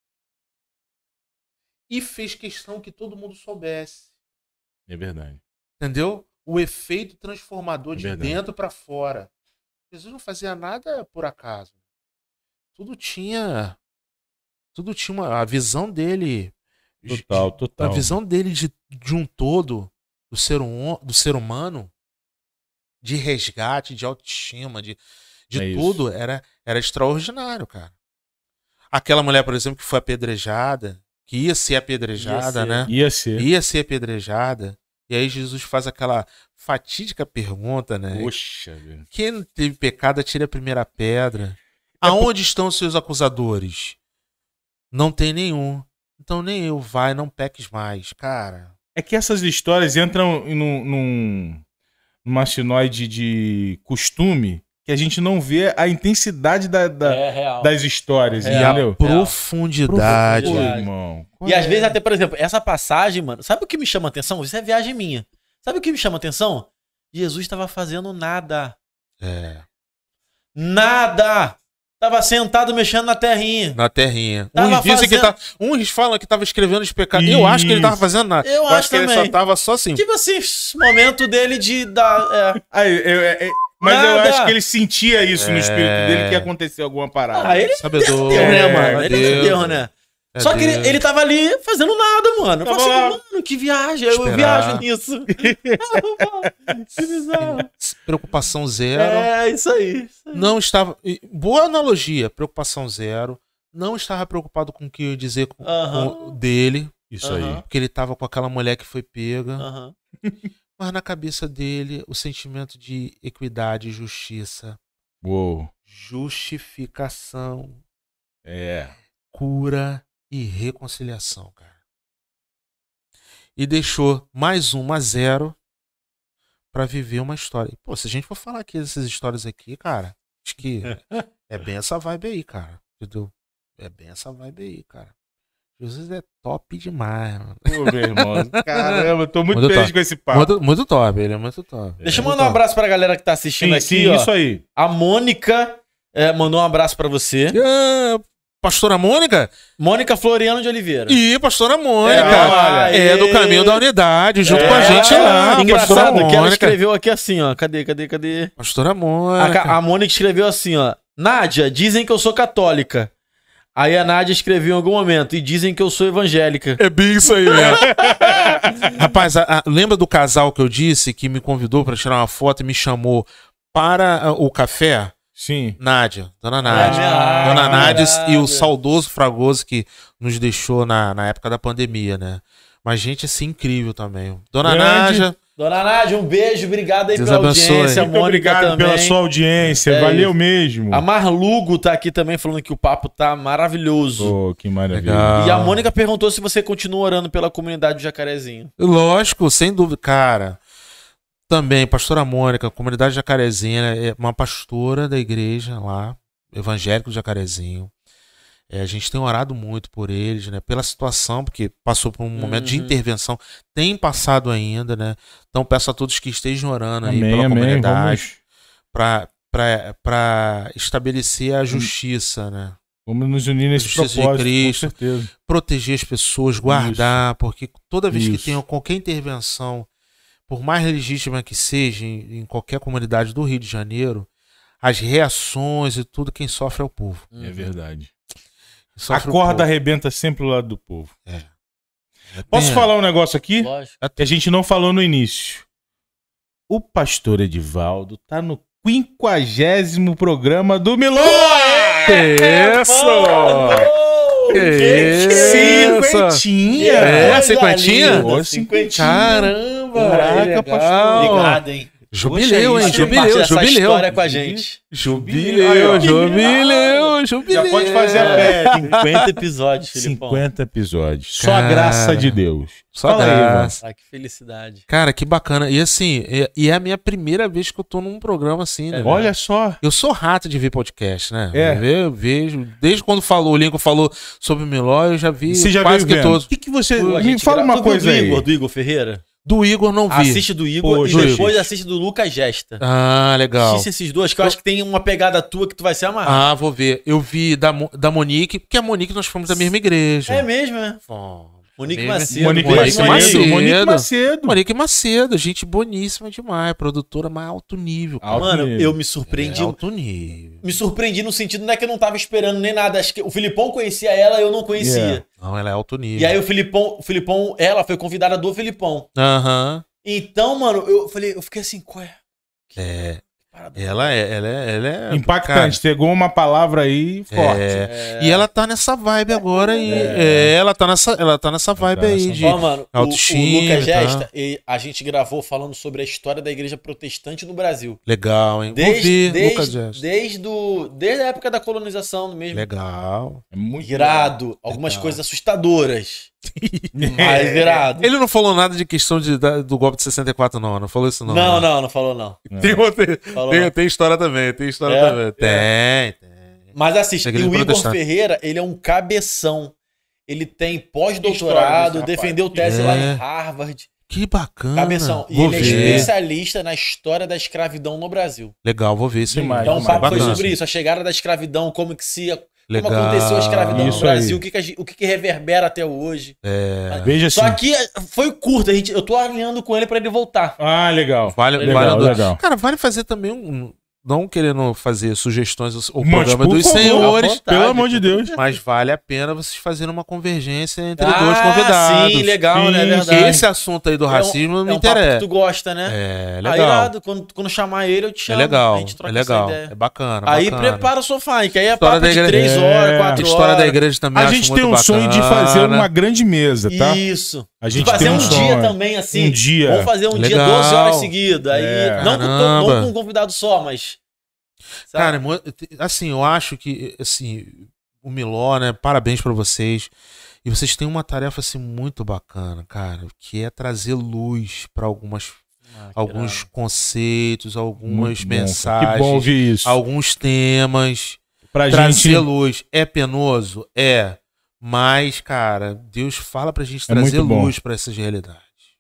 E fez questão que todo mundo soubesse. É verdade. Entendeu? O efeito transformador É de verdade. dentro para fora. Jesus não fazia nada por acaso. tudo tinha. Tudo tinha uma. A visão dele. Total, de- total. A visão dele de, de um todo, do ser, hum, do ser humano, de resgate, de autoestima, de, de É tudo, era, era extraordinário, cara. Aquela mulher, por exemplo, que foi apedrejada, que ia ser apedrejada, Ia ser. né? Ia ser. Ia ser apedrejada. E aí Jesus faz aquela fatídica pergunta, né? Poxa, velho. Quem não teve pecado, atire a primeira pedra. É Aonde estão os seus acusadores? Não tem nenhum. Então nem eu, vai, não peques mais. Cara, É que essas histórias entram num, num, numa sinoide de costume que a gente não vê a intensidade da, da- É real. das histórias, e Real. a entendeu? profundidade. Pô, Profundidade. irmão. E às vezes até, por exemplo, essa passagem, mano, sabe o que me chama atenção? Isso é viagem minha. Sabe o que me chama atenção? Jesus estava fazendo nada. É, Nada! Tava sentado mexendo na terrinha. na terrinha. Tava Uns dizem que fazendo- tá, uns falam que tava escrevendo os pecados. Eu acho que ele tava Isso. fazendo nada. Eu acho que ele também. só tava só assim. Tipo assim, momento dele de dar. É. Aí, eu- eu- eu- mas eu Nada. acho que ele sentia isso no espírito É. dele que ia acontecer alguma parada. Ah, ele Sabedor. Deus, né, É, mano? Ele é Deus. Deus, né? É Só que ele, Deus. ele tava ali fazendo nada, mano. Eu Tava falei assim, lá. mano, que viagem. Eu, eu Esperar. viajo nisso. Que bizarro. Preocupação zero. É, isso aí. Isso aí. Não estava. e- Boa analogia, preocupação zero. Não estava preocupado com o que eu ia dizer com, Aham. com- dele. Isso Aham. aí. Porque ele estava com aquela mulher que foi pega. Aham. Mas na cabeça dele, o sentimento de equidade e justiça. Uou. Justificação, É. cura e reconciliação, cara. E deixou mais um a zero pra viver uma história. E, pô, se a gente for falar aqui dessas histórias aqui, cara, acho que é bem essa vibe aí, cara. Entendeu? É bem essa vibe aí, cara. Jesus é top demais, mano. Pô, meu irmão. Caramba, eu tô muito Muito feliz top. com esse papo. Muito, muito top, ele é muito top. Deixa eu Muito mandar um top. abraço pra galera que tá assistindo Sim, aqui, sim, ó. isso aí. A Mônica é, mandou um abraço pra você. Ah, Pastora Mônica? Mônica Floriano de Oliveira. E Pastora Mônica. olha, É, do e- Caminho da Unidade, junto É, com a gente lá. Engraçado Pastora que ela Mônica. escreveu aqui assim, ó. Cadê, cadê, cadê? Pastora A, Mônica. Ca- a Mônica escreveu assim, ó. Nádia, dizem que eu sou católica. Aí a Nádia escreveu em algum momento, e dizem que eu sou evangélica. É bem isso aí, né? Rapaz, a- a- lembra do casal que eu disse que me convidou pra tirar uma foto e me chamou para ah, o café? Sim. Nádia, Dona Nádia. Ah, Dona Nádia e o caralho. saudoso Fragoso que nos deixou na, na época da pandemia, né? Mas gente assim incrível também. Dona Grande. Nádia, Dona Nádia, um beijo, obrigado aí Deus pela abençoe. audiência. A Muito Mônica obrigado também. pela sua audiência. É Valeu isso. mesmo. A Marlugo tá aqui também falando que o papo tá maravilhoso. Pô, que maravilha. Legal. E a Mônica perguntou se você continua orando pela comunidade do Jacarezinho. lógico, sem dúvida. Cara, também, pastora Mônica, comunidade Jacarezinho, é uma pastora da igreja lá, evangélico do Jacarezinho. É, a gente tem orado muito por eles, né? Pela situação, porque passou por um momento de Uhum. intervenção, tem passado ainda, né? Então peço a todos que estejam orando aí Amém, pela amém. comunidade Vamos, para estabelecer a justiça, né? vamos nos unir nesse Justiça de propósito, Cristo. com certeza. Proteger as pessoas, guardar, porque toda vez que Isso. tem qualquer intervenção, por mais legítima que seja, em, em qualquer comunidade do Rio de Janeiro, as reações e tudo, quem sofre é o povo. É verdade. Quem A sofre é o corda povo. arrebenta sempre do lado do povo. É. Posso Tem- falar um negócio aqui? Lógico. Que a gente não falou no início. O pastor Edivaldo tá no quinquagésimo programa do Milô! Que isso? Que isso? Cinquentinha! É, Coisa cinquentinha? linda, Ô, cinquentinha. Caramba! Caraca, Legal. pastor. Obrigado, hein? Jubileu, Poxa, hein? isso, Jubileu, Compartilha essa jubileu. história com a gente. Jubileu, Aí, ó. jubileu, jubileu. Já pode fazer a festa. cinquenta episódios, Filipão. cinquenta episódios. Só a Cara. graça de Deus. Só Fala aí, graça. Ah, que felicidade. Cara, que bacana. E assim, é- e é a minha primeira vez que eu tô num programa assim, né? É, velho? Olha só. Eu sou rato de ver podcast, né? É. Eu ve- eu vejo. Desde quando falou, o Lincoln falou sobre o Miló, eu já vi Você já quase veio que vendo. todos. O que, que você... Pô, a Me gente fala gra- uma Tu viu coisa do aí. Igor, do Igor Ferreira? Do Igor não vi. Assiste do Igor Pô, e Júlio. depois assiste do Lucas Gesta. Ah, legal. Assiste esses dois, que eu acho que tem uma pegada tua que tu vai se amarrar. Ah, vou ver. Eu vi da, Mo- da Monique, porque a Monique nós fomos da mesma igreja. É mesmo, é? Fomos. Monique Meme- Macedo. Monique Monique Macedo. Macedo. Monique Macedo. Monique Macedo, gente boníssima demais, produtora mais alto nível. cara. Alto Mano, nível. eu me É, surpreendi. alto nível. Me surpreendi no sentido, não é que eu não tava esperando nem nada. Acho que o Filipão conhecia ela, eu não conhecia. Yeah. Não, ela é alto nível. E aí o Filipão, o Filipão, ela foi convidada do Filipão. Aham. Então, mano, eu falei, eu fiquei assim, qual é? É. Parada. Ela é, ela é, ela é Impactante. Pegou uma palavra aí forte. É. E ela tá nessa vibe agora aí. É, ela tá nessa, ela tá nessa vibe tá aí nessa de Ó, mano, o, o autoestima, Lucas tá? Gesta, e a gente gravou falando sobre a história da igreja protestante no Brasil. Legal, hein? Vou Desde, ver, Lucas desde, Gesta. desde, o, desde a época da colonização mesmo. Legal. É muito Irado. Algumas Legal. coisas assustadoras. Mas irado. Ele não falou nada de questão de, da- do golpe de sessenta e quatro, não. Não falou isso, não. Não, né? não, não falou não. Tem, outra- Falou tem, não. tem história também, tem história É? também. Tem, tem. Mas assiste, É e igreja o Igor protestante. Ferreira, ele é um cabeção. Ele tem História pós-doutorado, desse rapaz. defendeu tese É. lá em Harvard. Que bacana. Cabeção. E Vou ele é ver. especialista na história da escravidão no Brasil. Legal, vou ver isso aí. Demais, Então o demais. papo foi Bacana. sobre isso, a chegada da escravidão, como que se Legal. como aconteceu a escravidão Isso no Brasil, aí. o que, que, a gente- o que, que reverbera até hoje. É. Veja assim. Só que foi curto, a gente, eu tô alinhando com ele pra ele voltar. Ah, legal. Vale, Legal, vale andar. legal. Cara, vale fazer também um. Não querendo fazer sugestões ou Mas, programa por dos favor, senhores, à vontade. Pelo amor de Deus. mas vale a pena vocês fazerem uma convergência entre Ah, dois convidados. sim, legal, Sim, né? É Porque verdade. esse assunto aí do É um- racismo é me um papo que interessa. tu gosta, né? É Aí, legal. irado, quando, quando chamar ele, eu te É chamo. legal. A gente troca É legal. essa ideia. É bacana. Aí bacana. prepara o sofá, hein, que aí é História papo da de igreja- três É. horas, quatro horas. História da igreja também A acho gente muito tem um sonho de bacana. fazer uma grande mesa, tá? Isso. A gente fazer tem um um sonho. dia também, assim. Um dia. Vamos fazer um dia Legal. doze horas seguidas. Aí, É. não, com, to- Caramba. não com um convidado só, mas. sabe? Cara, mo- assim, eu acho que, assim, o Miló, né, parabéns pra vocês. E vocês têm uma tarefa, assim, muito bacana, cara, que é trazer luz pra algumas, Ah, que alguns irado. conceitos, algumas Muito bom, cara. mensagens, Que bom ouvir isso. alguns temas. Pra Trazer gente. luz é penoso? É. Mas, cara, Deus fala pra gente É trazer muito bom. luz pra essas realidades.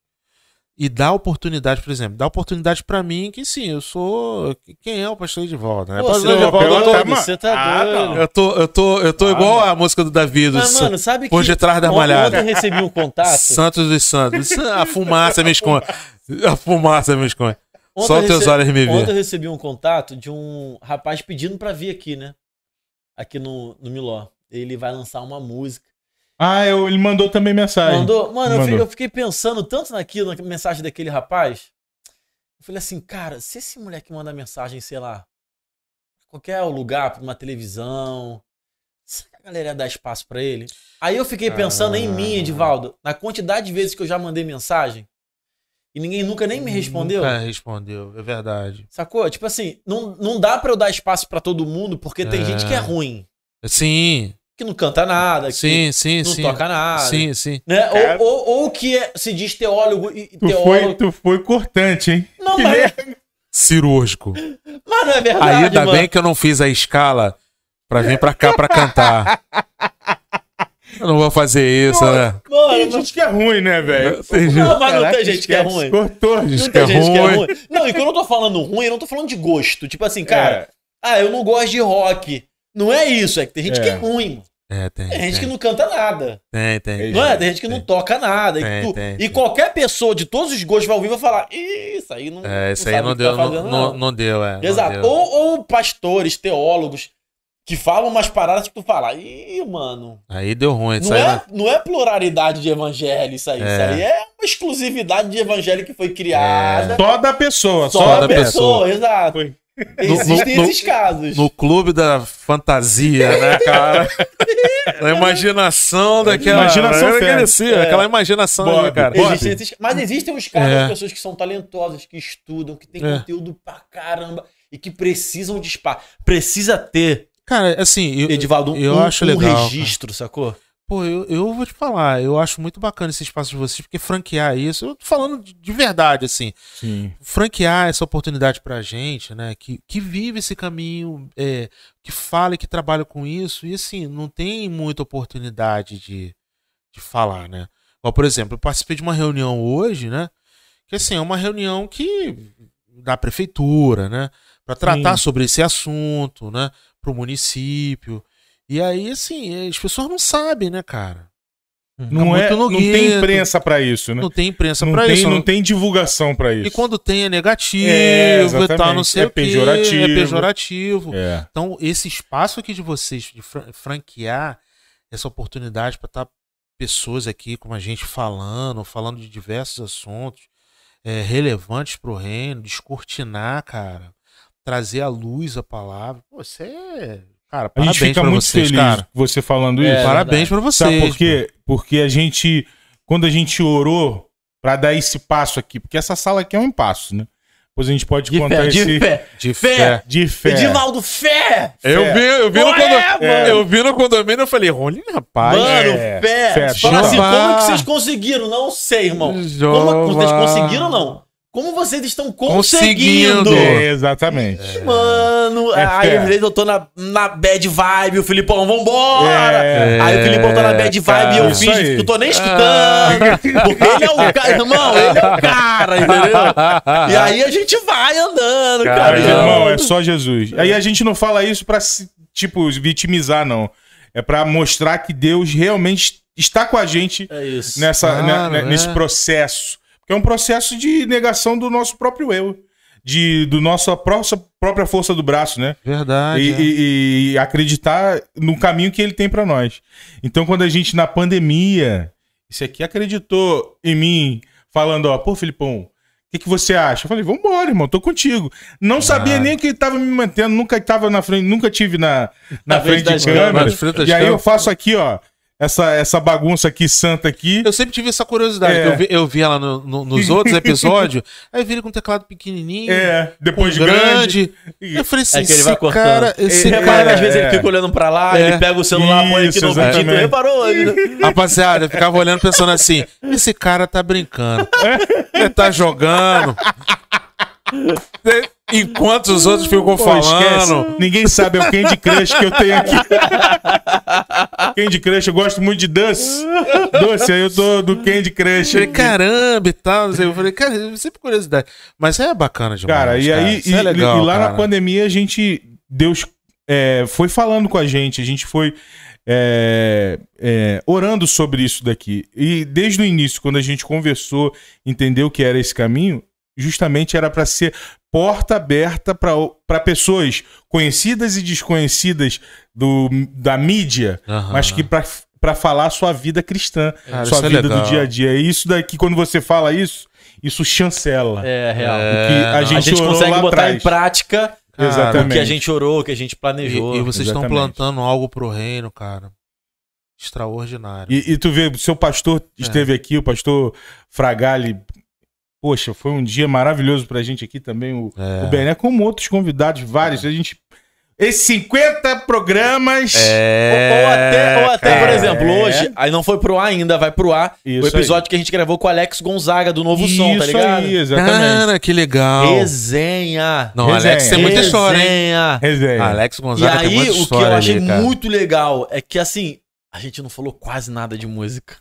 E dá oportunidade, por exemplo, dá oportunidade pra mim que sim, eu sou. Quem é o pastor de volta, né? Pô, Pastor você, de tá volta, Pelota, eu tô- doido, mano. você tá Ah, doido. não. eu tô, eu tô, eu tô Ah, igual não. a música do Davi, do Mas, Sa- mano, sabe que. Por detrás da Ontem- malhada. Ontem eu recebi um contato. Santos dos Santos. A fumaça me esconde. A fumaça me esconde. Ontem Só eu os teus rece- olhos me Ontem eu ver. recebi um contato de um rapaz pedindo pra vir aqui, né? Aqui no, no Miló. Ele vai lançar uma música. Ah, eu- ele mandou também mensagem. Mandou. Mano, eu fi- Mandou. Eu, fiquei pensando tanto naquilo, na mensagem daquele rapaz. Eu falei assim, cara, se esse moleque manda mensagem, sei lá, qualquer lugar, pra uma televisão, será que a galera ia dar espaço pra ele? Aí eu fiquei pensando em mim, Edivaldo, na quantidade de vezes que eu já mandei mensagem e ninguém nunca nem me respondeu. Nunca respondeu, é verdade. Sacou? Tipo assim, não, não dá pra eu dar espaço pra todo mundo, porque tem É. gente que é ruim, Sim, que não canta nada, que sim, sim, não sim. toca nada. Sim, sim. Né? Cara. Ou, ou, ou que é- se diz teólogo e Tu teólogo. foi, tu foi cortante, hein? Não, Que mas, Cirúrgico. mas não é verdade. Aí ainda mano. bem que eu não fiz a escala pra vir pra cá pra cantar. Eu não vou fazer isso, né? Mano, Tem mas- gente que é ruim, né, velho? Tem gente- Não, mas não Caraca, tem gente que é esquece. ruim. Cortou. Não que tem é gente que é ruim. ruim. Não, e quando eu tô falando ruim, eu não tô falando de gosto. Tipo assim, cara, É. ah, eu não gosto de rock. Não é isso, é que tem gente É. que é ruim. Mano. É, tem. Tem gente tem, que não canta nada. tem, tem. Não é? Tem gente que não Tem. toca nada. E, Tem, tu- tem, e tem. qualquer pessoa de todos os gostos vai ouvir e vai falar: "Ih, isso aí não. É, isso não aí sabe não o que deu, tá não, fazendo, não, não deu, é. não Exato. deu. Ou, ou pastores, teólogos, que falam umas paradas que tu fala, ih, mano. Aí deu ruim. Isso Não aí é, não- não é pluralidade de evangelho isso aí. É. Isso aí é uma exclusividade de evangelho que foi criada. Só da pessoa. Só, Só, a da pessoa, exato. Foi. Existem No- no- esses casos. No clube da fantasia, né, cara? A imaginação daquela. Imaginação eu fera. agradecia, É. Aquela imaginação, Bob, né, cara? Bob. Existem esses- mas existem os casos É. de pessoas que são talentosas, que estudam, que têm É. conteúdo pra caramba e que precisam de espaço. Precisa ter, Cara, assim, eu, Edivaldo, um, eu um- acho um legal. registro, sacou? Pô, eu, eu vou te falar, eu acho muito bacana esse espaço de vocês, porque franquear isso, eu tô falando de, de verdade, assim, Sim. franquear essa oportunidade pra gente, né, que, que vive esse caminho, é, que fala e que trabalha com isso, e assim, não tem muita oportunidade de, de falar, né. Igual, por exemplo, eu participei de uma reunião hoje, né, que assim, é uma reunião que da prefeitura, né, pra tratar Sim. sobre esse assunto, né, pro município. E aí, assim, as pessoas não sabem, né, cara? Não, Tá é, muito no não tem gueto. imprensa pra isso, né? Não tem imprensa Não pra tem, isso. não tem divulgação pra isso. E quando tem é negativo, É, e exatamente. tal, não sei É o quê, pejorativo. é pejorativo. É. Então, esse espaço aqui de vocês, de fran- franquear essa oportunidade para estar pessoas aqui como a gente falando, falando de diversos assuntos é, relevantes pro reino, descortinar, cara, trazer à luz a palavra. Pô, isso é... Cara, A parabéns gente fica pra muito vocês, feliz cara. com você falando É, isso. Parabéns pra vocês. Sabe por quê? Porque a gente, quando a gente orou pra dar esse passo aqui, porque essa sala aqui é um passo, né? Depois a gente pode De contar fé, esse... de fé. De Fé. fé. De fé. Edivaldo, fé! Eu Fé. vi, eu vi, no, Ué, condo... mano. eu vi no condomínio e falei, Rony, rapaz. Mano, é, fé. fé, Fala assim, Jeová. como é que vocês conseguiram? Não sei, irmão. Como Jeová. vocês conseguiram, não? Como vocês estão Conseguindo. conseguindo? É, exatamente. Mano, É aí fé. às vezes eu tô na, na bad vibe, o Filipão, vambora! É. Aí o Filipão tá na bad vibe e eu Isso finge aí. que eu tô nem escutando. Porque ele é o cara, irmão, ele é o cara, entendeu? E aí a gente vai andando, cara. Mas, irmão, é só Jesus. Aí a gente não fala isso pra, se, tipo, vitimizar, não. É pra mostrar que Deus realmente está com a gente É isso. nessa, Claro, né, né, é. nesse processo. Que é um processo de negação do nosso próprio eu. De, do nossa pró- própria força do braço, né? Verdade. E, é. e- e acreditar no caminho que ele tem pra nós. Então, quando a gente, na pandemia, esse aqui acreditou em mim, falando, ó, pô, Filipão, o que, que você acha? Eu falei, vambora, irmão, tô contigo. Não sabia nem que ele tava me mantendo, nunca tava na frente, nunca tive na, na Na frente frente de das câmera. câmeras, frente das E aí eu câmeras. faço aqui, ó, essa, essa bagunça aqui, santa aqui. Eu sempre tive essa curiosidade, É. que eu vi, eu vi ela no- no- nos outros episódios, aí eu vi ele com um teclado pequenininho, É, depois com grande. grande. Eu falei assim, É que ele esse vai cortando. cara... Esse É, Repara cara que às vezes é. ele fica olhando pra lá, É. ele pega o celular, põe aqui Isso, no vídeo. Tu exatamente. reparou? Ele- Rapaziada, eu ficava olhando pensando assim, esse cara tá brincando. Ele tá jogando. Enquanto os outros ficam Pô, falando. esquece. Ninguém sabe é o Candy Crush que eu tenho aqui. Candy Crush, eu gosto muito de Doce. Doce, aí eu tô do Candy Crush. Eu falei, caramba e tal. Eu falei, cara, sempre curiosidade. Mas é bacana demais. Cara, e aí, Isso e, é legal, e lá cara. na pandemia, a gente, Deus é, foi falando com a gente, a gente foi é, é, orando sobre isso daqui. E desde o início, quando a gente conversou, entendeu que era esse caminho, justamente era para ser porta aberta para pessoas conhecidas e desconhecidas do, da mídia, Aham. mas que para para falar a sua vida cristã, Cara, sua isso é vida legal. do dia a dia. E isso daqui, quando você fala isso, isso chancela. É real. É, que a não. gente, A gente orou consegue lá botar atrás. em prática Cara, Exatamente. o que a gente orou, o que a gente E, planejou. e vocês estão Exatamente. plantando algo pro reino, cara. Extraordinário. E, e tu vê, o seu pastor esteve aqui, o pastor Fragali. Poxa, foi um dia maravilhoso pra gente aqui também. O, É. o Bené, como outros convidados, vários. A gente. Esses cinquenta programas. É, Ou, ou até, ou até por cara. exemplo, hoje, aí não foi pro ar ainda, vai pro ar, Isso o episódio que a gente gravou com o Alex Gonzaga do Novo Som, tá Isso ligado? aí, exatamente. Cara, que legal. Resenha. Não, Resenha. Alex tem muita história, hein? Resenha. Resenha. Alex E Gonzaga tem aí, muita o que história eu achei ali, cara. muito legal é que, assim, a gente não falou quase nada de música.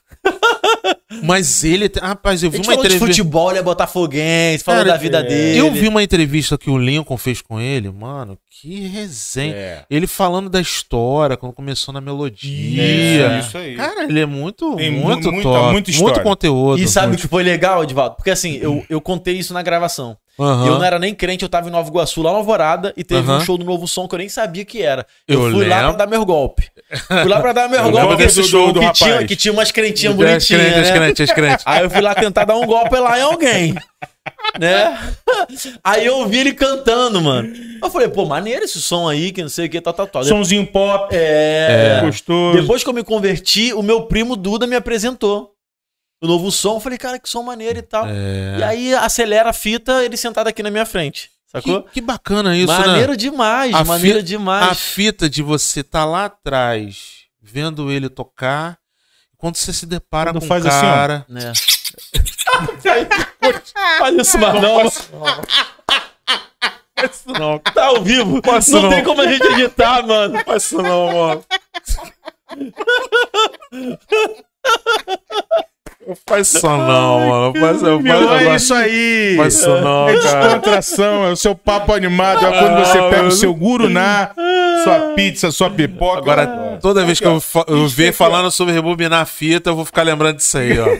Mas ele... tem- Rapaz, eu A vi gente uma falou de entrevista... futebol, ele é botafoguense, falou Cara, da vida é. dele. Eu vi uma entrevista que o Lincoln fez com ele, mano, que resenha. É. Ele falando da história, quando começou na melodia. É, isso aí. Cara, ele é muito, Tem mu- muito muita- top. muita história. muito conteúdo. E sabe o muito... que foi legal, Edvaldo? Porque assim, eu, eu contei isso na gravação. Aham. Eu não era nem crente, eu tava em Nova Iguaçu, lá na Alvorada, e teve Aham. um show do Novo Som que eu nem sabia que era. Eu, Eu fui lá lembro. pra dar meu golpe. Fui lá pra dar meu Eu golpe lembro nesse desse show do- do que, rapaz. tinha, que tinha umas crentinhas As bonitinhas, crentes, as né? crentes, as crentes. Aí eu fui lá tentar dar um golpe lá em alguém, né? Aí eu ouvi ele cantando, mano. Eu falei, pô, maneiro esse som aí, que não sei o que, tal, tal, tal. Somzinho pop. É... Gostoso. Depois que eu me converti, o meu primo Duda me apresentou. O Novo Som, eu falei, cara, que som maneiro e tal. É. E aí acelera a fita, ele sentado aqui na minha frente. Sacou? Que, que bacana isso, maneiro né? demais, A maneiro fi- demais. A fita de você tá lá atrás, vendo ele tocar, quando você se depara Quando com o faz assim, ó. cara... Né? Faz isso, mas não. Isso não, Tá ao vivo. Posso não, não. tem como a gente editar, mano. faz isso não, mano. Não faz isso não, mano. Faz, faz, Meu, faz, é isso aí. faz isso não, É cara. descontração, é o seu papo animado. É quando você Ah, pega o mano. seu guruná, sua pizza, sua pipoca. Agora, toda vez que eu, fa- eu ver falando sobre rebobinar a fita, eu vou ficar lembrando disso aí, ó.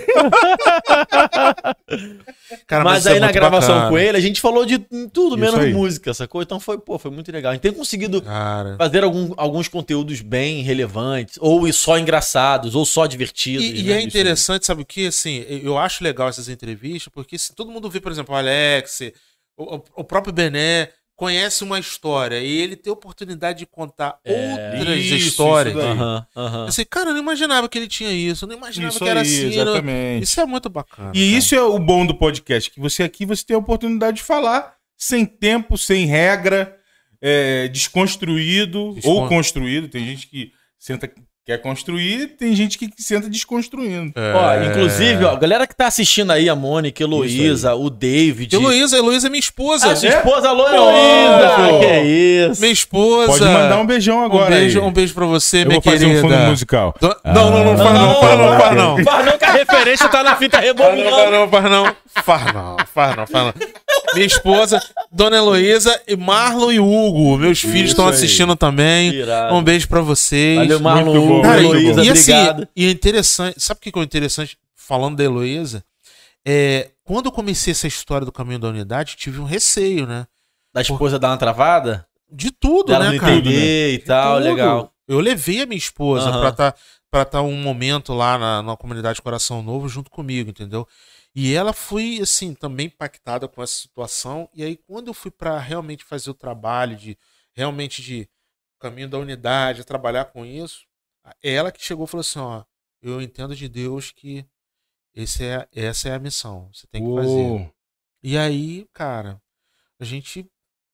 Cara, mas isso é aí na muito gravação bacana. com ele, a gente falou de tudo, Isso menos aí. música, sacou? Então foi, pô, foi muito legal. A gente tem conseguido Cara. fazer algum- alguns conteúdos bem relevantes, ou só engraçados, ou só divertidos. E, e né? é interessante, sabe o que? Assim, eu acho legal essas entrevistas, porque se todo mundo vê, por exemplo, o Alex, o, o próprio Bené, conhece uma história e ele tem a oportunidade de contar outras Isso, histórias. isso daí. Aham, aham. Assim, cara, eu não imaginava que ele tinha isso, eu não imaginava Isso que era aí, assim. exatamente. Não... Isso é muito bacana. E cara. isso é o bom do podcast, que você aqui você tem a oportunidade de falar sem tempo, sem regra, é, desconstruído Descon- ou construído. Tem gente que senta quer construir, tem gente que senta desconstruindo. É. Ó, inclusive, ó, a galera que tá assistindo aí, a Mônica, a Heloísa, o David. Heloísa, Heloísa é minha esposa. Ah, sua É? esposa, alô, Pô, Heloísa! pô. Que isso? Minha esposa. Pode mandar um beijão agora. Um beijo, aí. um beijo pra você, Eu minha vou fazer querida. um fundo musical. Do- Não, não, não, faz não, faz não, faz não. Faz não, que a referência tá na fita Faz não, faz rebobinando. não, faz não. Faz não, faz não, faz não. Minha esposa, Dona Heloísa, e Marlon e Hugo. Meus filhos estão aí. assistindo também. Irado. Um beijo pra vocês. Valeu, Marlon, Muito bom. Hugo, Cara, e, Heloísa, e assim, obrigado. e é interessante, sabe o que que é interessante falando da Heloísa? É, quando eu comecei essa história do Caminho da Unidade, tive um receio, né? Da esposa dar uma travada? De tudo, Dela né, não cara? entender e tal, Tudo. legal. Eu levei a minha esposa Aham. pra estar pra tá um momento lá na, na comunidade Coração Novo junto comigo, entendeu? E ela foi, assim, também impactada com essa situação. E aí, quando eu fui pra realmente fazer o trabalho de, realmente de Caminho da Unidade, trabalhar com isso, é ela que chegou e falou assim, ó, eu entendo de Deus que esse é, essa é a missão, você tem que fazer. Uou. E aí, cara, a gente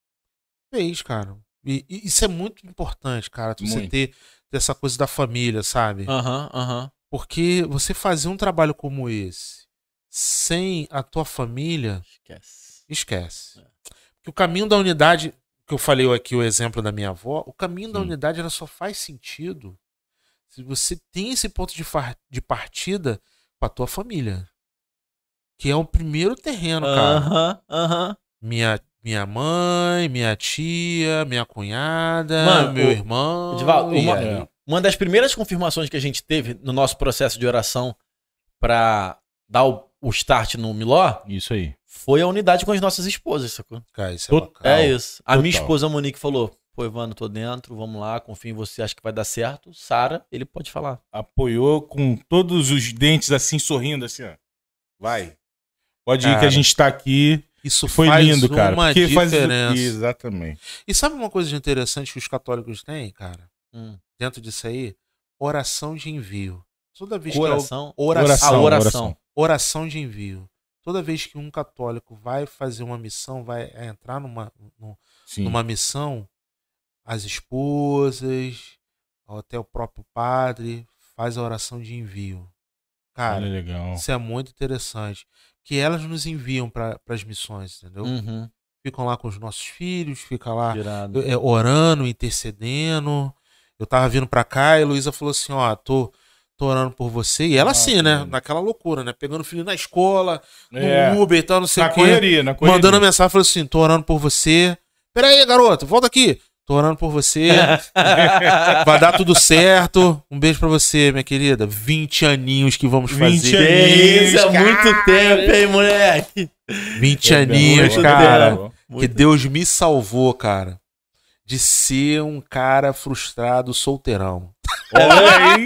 fez, cara. E, e isso é muito importante, cara, você Muito. ter, ter essa coisa da família, sabe? Aham, aham. Porque você fazer um trabalho como esse sem a tua família, Esquece. esquece. Porque o caminho da unidade, que eu falei aqui o exemplo da minha avó, o caminho da Sim. unidade ela só faz sentido se você tem esse ponto de, far- de partida com a tua família. Que é o primeiro terreno, cara. Aham, aham. Minha, minha mãe, minha tia, minha cunhada, Mano, meu o- irmão. Edivaldo, e uma, aí? uma das primeiras confirmações que a gente teve no nosso processo de oração pra dar o, o start no Miló Isso aí. foi a unidade com as nossas esposas, sacou? Cara, isso é Total. bacana. É isso. A minha Total. esposa Monique falou: pô, Evandro, tô dentro, vamos lá, confio em você, acho que vai dar certo. Sara, ele pode falar. Apoiou com todos os dentes assim, sorrindo assim, ó. Vai. Pode ir Cara, que a gente tá aqui. Isso Foi faz lindo, cara. uma Porque faz diferença. exatamente. E sabe uma coisa de interessante que os católicos têm, cara? Hum. Dentro disso aí? Oração de envio. Toda vez Coração. que oração, A Oração, oração. oração de envio. Toda vez que um católico vai fazer uma missão, vai entrar numa, num- Sim. numa missão, as esposas, ou até o próprio padre, faz a oração de envio. Cara, Olha, legal. isso é muito interessante. Que elas nos enviam para as missões, entendeu? Uhum. Ficam lá com os nossos filhos, ficam lá Irado. é, orando, intercedendo. Eu tava vindo pra cá e a Heloísa falou assim, ó, tô, tô orando por você. E ela Ah, assim, né? que lindo. Naquela loucura, né? Pegando o filho na escola, É. no Uber e tal, não sei Na o quê. correria, na correria. Mandando mensagem, falou assim, tô orando por você. Pera aí, garoto, volta aqui. Tô orando por você. Vai dar tudo certo. Um beijo pra você, minha querida. vinte aninhos que vamos vinte fazer. aninhos. Que isso, é cara. muito tempo, hein, moleque? vinte aninhos, muito cara. tempo. Que Deus me salvou, cara, de ser um cara frustrado solteirão. Olha aí.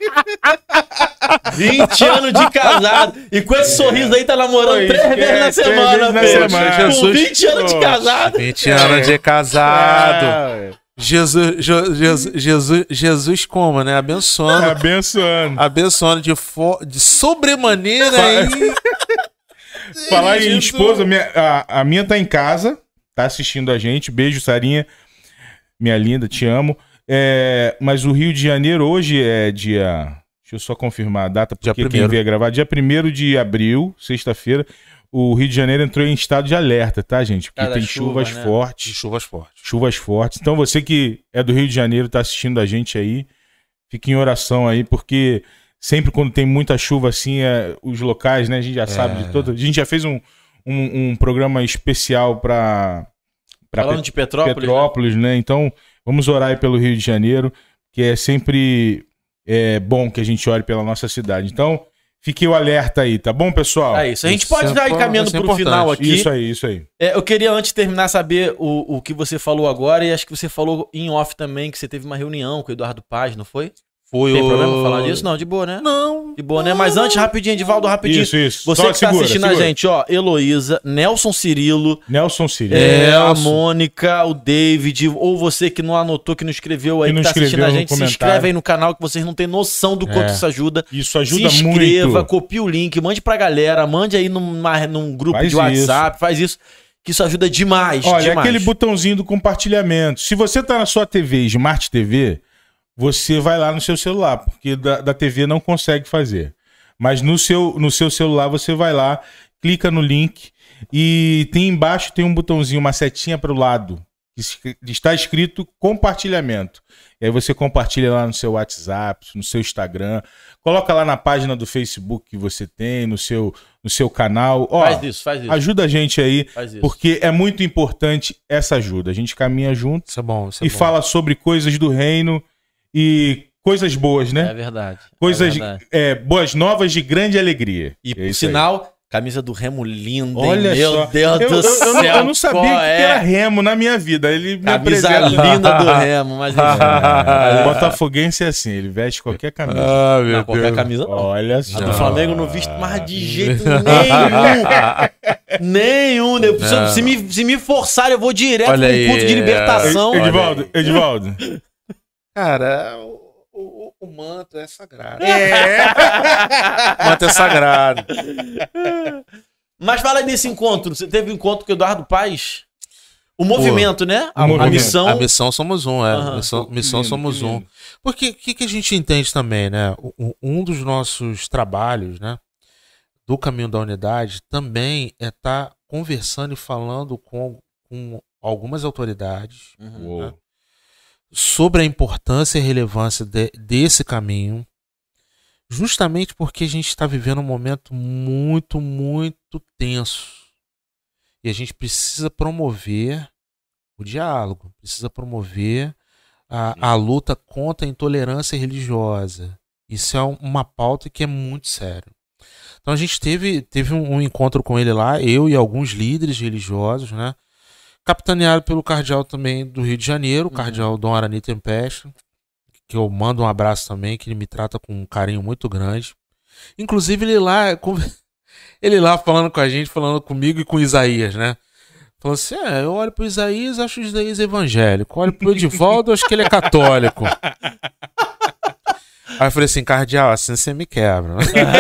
vinte anos de casado. E com esse sorriso aí, tá namorando Oi, três vezes na esquece, três semana, vezes na pô. semana. Com Jesus. vinte anos de Pô. casado. vinte anos de casado. Ah, Jesus, Jo- Jesus, Jesus, Jesus como, né? Abençoando. abençoando. Abençoando de, fo- de sobremaneira aí. Falar em Jesus. esposa, minha- a, a minha tá em casa, tá assistindo a gente. Beijo, Sarinha. Minha linda, te amo. É, mas o Rio de Janeiro hoje é dia... Deixa eu só confirmar a data, Dia porque quem primeiro. veio gravar. Dia primeiro de abril, sexta-feira, o Rio de Janeiro entrou em estado de alerta, tá, gente? Porque Cada tem chuva, chuvas né? De fortes. chuvas fortes. Chuvas fortes. Então você que é do Rio de Janeiro, tá assistindo a gente aí, fique em oração aí, porque sempre quando tem muita chuva assim, é, os locais, né, a gente já sabe de todo. A gente já fez um, um, um programa especial para Falando de Petrópolis, Petrópolis, né? Então Vamos orar aí pelo Rio de Janeiro, que é sempre é, bom que a gente ore pela nossa cidade. Então, fique o alerta aí, tá bom, pessoal? É isso. A gente Isso pode é dar impor- encaminhando isso é pro final importante. aqui. Isso aí, isso aí. É, eu queria, antes de terminar, saber o, o que você falou agora, e acho que você falou em off também, que você teve uma reunião com o Eduardo Paz, não foi? Foi Tem o... problema falar disso? Não, de boa, né? Não. De boa, né? Mas antes, rapidinho, Edivaldo, rapidinho. Isso, isso. Você Só que tá segura, assistindo a segura. gente, ó, Heloísa, Nelson Cirilo, Nelson Cirilo. é, a Nelson. Mônica, o David, ou você que não anotou, que não escreveu aí, Que que, não tá assistindo escreveu a no gente, se comentário. inscreve aí no canal, que vocês não têm noção do quanto É. isso ajuda. Isso ajuda se inscreva, muito. copie o link, mande pra galera, mande aí numa, num grupo Faz de WhatsApp, faz isso, que isso ajuda demais, Olha, demais. aquele botãozinho do compartilhamento. Se você tá na sua T V, Smart T V, você vai lá no seu celular, porque da, da T V não consegue fazer. Mas no seu, no seu celular você vai lá, clica no link e tem embaixo tem um botãozinho, uma setinha para o lado, que es- está escrito compartilhamento. E aí você compartilha lá no seu WhatsApp, no seu Instagram, coloca lá na página do Facebook que você tem, no seu, no seu canal. Ó, Faz isso, faz isso. ajuda a gente aí, Faz isso. porque é muito importante essa ajuda. A gente caminha junto Isso é bom, isso é e bom. fala sobre coisas do reino e coisas boas, É né? verdade. Coisas é verdade. é, boas novas de grande alegria. E É por isso aí. sinal, camisa do Remo linda, Olha hein? Meu só. Deus eu, do eu- eu céu. não, eu não sabia qual que é? era remo na minha vida. Ele me Camisa apresenta. linda do Remo, mas enfim. O Botafoguense é assim, ele veste qualquer camisa. Ah, meu Não, qualquer Deus. camisa não. Olha A só. do Flamengo eu não visto mais de jeito nenhum. Nenhum. né? Se, Não. se me, se me forçar, eu vou direto Olha pro aí, culto de libertação. Olha Edivaldo, aí. Edivaldo. Cara, o, o- o manto é sagrado. É. O manto é sagrado. Mas fala aí desse encontro. Você teve um encontro com o Eduardo Paz? O movimento, né? A, a movimento. missão. A missão somos um, é. Aham. Missão, missão lindo, somos que um. lindo. Porque o que, que a gente entende também, né? O- o- Um dos nossos trabalhos, né? Do Caminho da Unidade também é estar conversando e falando com, com algumas autoridades Uhum. Uou. sobre a importância e relevância de- desse caminho, justamente porque a gente está vivendo um momento muito, muito tenso. E a gente precisa promover o diálogo, precisa promover a, a luta contra a intolerância religiosa. Isso é um- uma pauta que é muito séria. Então a gente teve, teve um, um encontro com ele lá, eu e alguns líderes religiosos, né? Capitaneado pelo cardeal também do Rio de Janeiro, o cardeal Dom Arani Tempesta, que eu mando um abraço também, que ele me trata com um carinho muito grande. Inclusive ele lá, conver- ele lá falando com a gente, falando comigo e com Isaías, né? Falando assim, é, eu olho pro Isaías, acho o Isaías evangélico. Olho pro Edivaldo, acho que ele é católico. Aí eu falei assim, cardeal, assim você me quebra.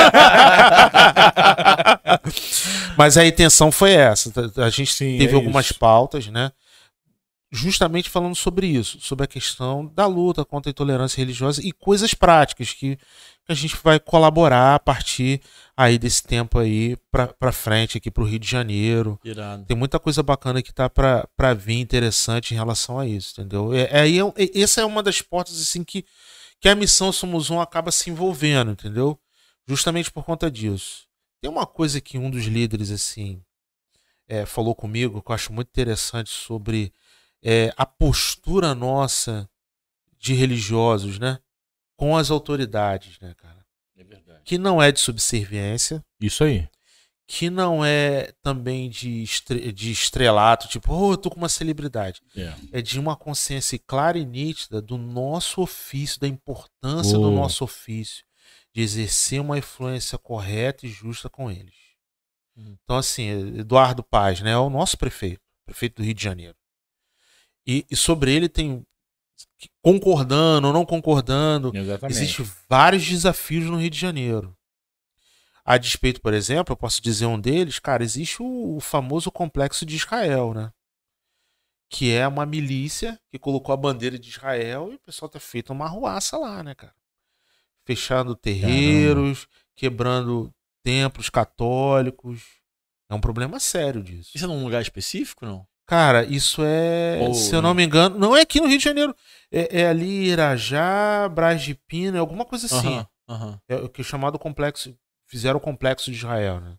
Mas a intenção foi essa. A gente Sim, teve é algumas isso. pautas, né? Justamente falando sobre isso, sobre a questão da luta contra a intolerância religiosa e coisas práticas que a gente vai colaborar a partir aí desse tempo aí pra, pra frente aqui pro Rio de Janeiro. Irado. Tem muita coisa bacana que tá pra, pra vir interessante em relação a isso, entendeu? É, é, é, essa é uma das portas assim que, que a missão Somos Um acaba se envolvendo, entendeu? Justamente por conta disso. Tem uma coisa que um dos líderes assim é, falou comigo que eu acho muito interessante sobre é, a postura nossa de religiosos, né? Com as autoridades, né, cara? É verdade. Que não é de subserviência, Isso aí. que não é também de, estre de estrelato, tipo, oh, eu tô com uma celebridade. É. É de uma consciência clara e nítida do nosso ofício, da importância do Oh. nosso ofício, de exercer uma influência correta e justa com eles. Uhum. Então, assim, Eduardo Paz, né, é o nosso prefeito, prefeito do Rio de Janeiro. E, e sobre ele tem, concordando ou não concordando, Exatamente. existem vários desafios no Rio de Janeiro. A despeito, por exemplo, eu posso dizer um deles, cara, existe o, o famoso complexo de Israel, né? Que é uma milícia que colocou a bandeira de Israel e o pessoal tá feito uma arruaça lá, né, cara? Fechando terreiros, quebrando templos católicos. É um problema sério disso. Isso é num lugar específico, não? Cara, isso é, Ou se eu não? não me engano, não é aqui no Rio de Janeiro. É, é ali Irajá, Braz de Pina, é alguma coisa assim. Aham, aham. É o que é chamado complexo, fizeram o complexo de Israel, né?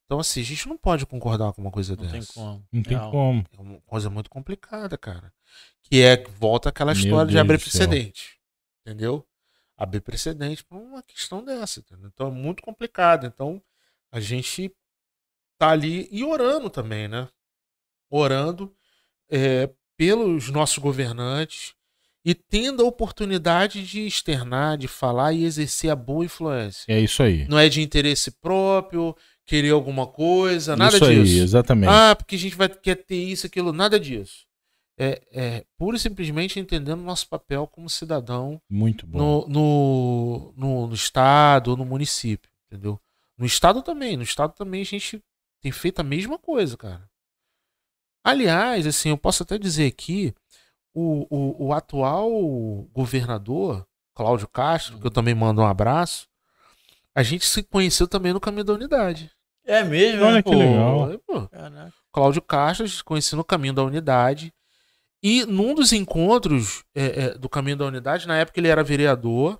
Então, assim, a gente não pode concordar com uma coisa Não dessa. tem como. Não tem Real. como. É uma coisa muito complicada, cara. Que é, volta aquela Meu história de Deus abrir do céu. precedente. Entendeu? Abrir precedente pra uma questão dessa. Entendeu? Então é muito complicado. Então a gente tá ali e orando também, né? Orando é, pelos nossos governantes e tendo a oportunidade de externar, de falar e exercer a boa influência. É isso aí. Não é de interesse próprio, querer alguma coisa, nada isso disso. aí, exatamente. Ah, porque a gente vai quer ter isso, aquilo, nada disso. É, é pura e simplesmente entendendo o nosso papel como cidadão Muito bom. no, no, no, no estado ou no município, entendeu? No estado também, no estado também a gente tem feito a mesma coisa, cara. Aliás, assim, eu posso até dizer aqui, o, o, o atual governador, Cláudio Castro, que eu também mando um abraço, a gente se conheceu também no Caminho da Unidade. É mesmo? Olha né? que legal. Pô, Caraca. Cláudio Castro, a gente se conheceu no Caminho da Unidade. E num dos encontros é, é, do Caminho da Unidade, na época ele era vereador.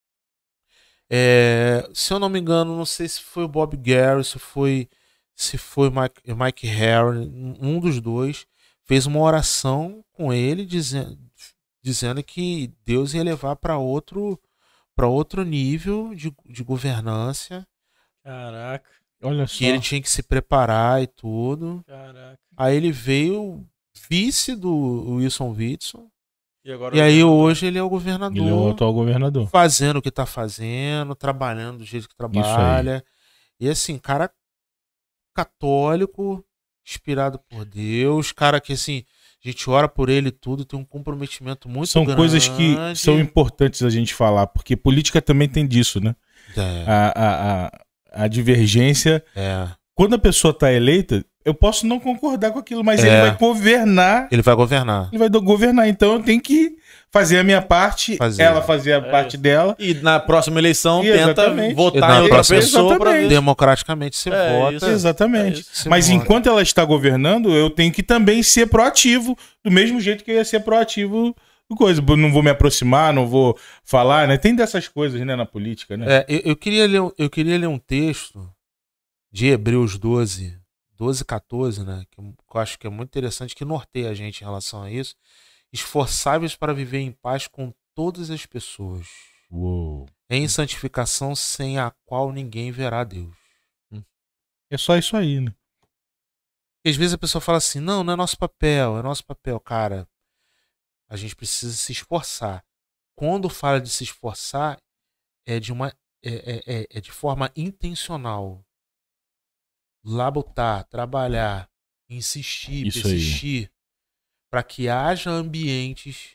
É, se eu não me engano, não sei se foi o Bob Gary, se foi se foi Mike, Mike Harry, um dos dois, fez uma oração com ele dizendo, dizendo que Deus ia levar para outro, para outro nível de, de governança, Caraca. Olha só. que ele tinha que se preparar e tudo. Caraca. Aí ele veio vice do Wilson Witson. E, agora E o aí governador? hoje ele é o governador. Ele é o atual governador. Fazendo o que tá fazendo, trabalhando do jeito que trabalha. E assim, cara católico, inspirado por Deus, cara que assim, a gente ora por ele e tudo, tem um comprometimento muito São grande. coisas que são importantes a gente falar, porque política também tem disso, né? É, A, a, a, a divergência. é. Quando a pessoa tá eleita, eu posso não concordar com aquilo, mas É. ele vai governar. Ele vai governar. Ele vai do- governar. Então eu tenho que fazer a minha parte, Fazer. ela fazer a É parte isso. dela. E na próxima eleição E tenta exatamente. E votar na em outra próxima- pessoa pra ver. Exatamente. Democraticamente você É, vota. isso. Exatamente. É isso. você Mas vota. enquanto ela está governando, eu tenho que também ser proativo, do mesmo jeito que eu ia ser proativo do coisa. Não vou me aproximar, não vou falar, né? Tem dessas coisas, né, na política, né? É, eu, eu queria ler, um- eu queria ler um texto de Hebreus doze, doze, quatorze, né? Que eu que eu acho que é muito interessante, que norteia a gente em relação a isso. Esforçáveis para viver em paz com todas as pessoas, Uou. em santificação sem a qual ninguém verá Deus. É só isso aí, né? E às vezes a pessoa fala assim, não, não é nosso papel, é nosso papel. Cara, a gente precisa se esforçar. Quando fala de se esforçar, é de, uma, é, é, é- é de forma intencional. Labutar, trabalhar, insistir, Isso aí. persistir, para que haja ambientes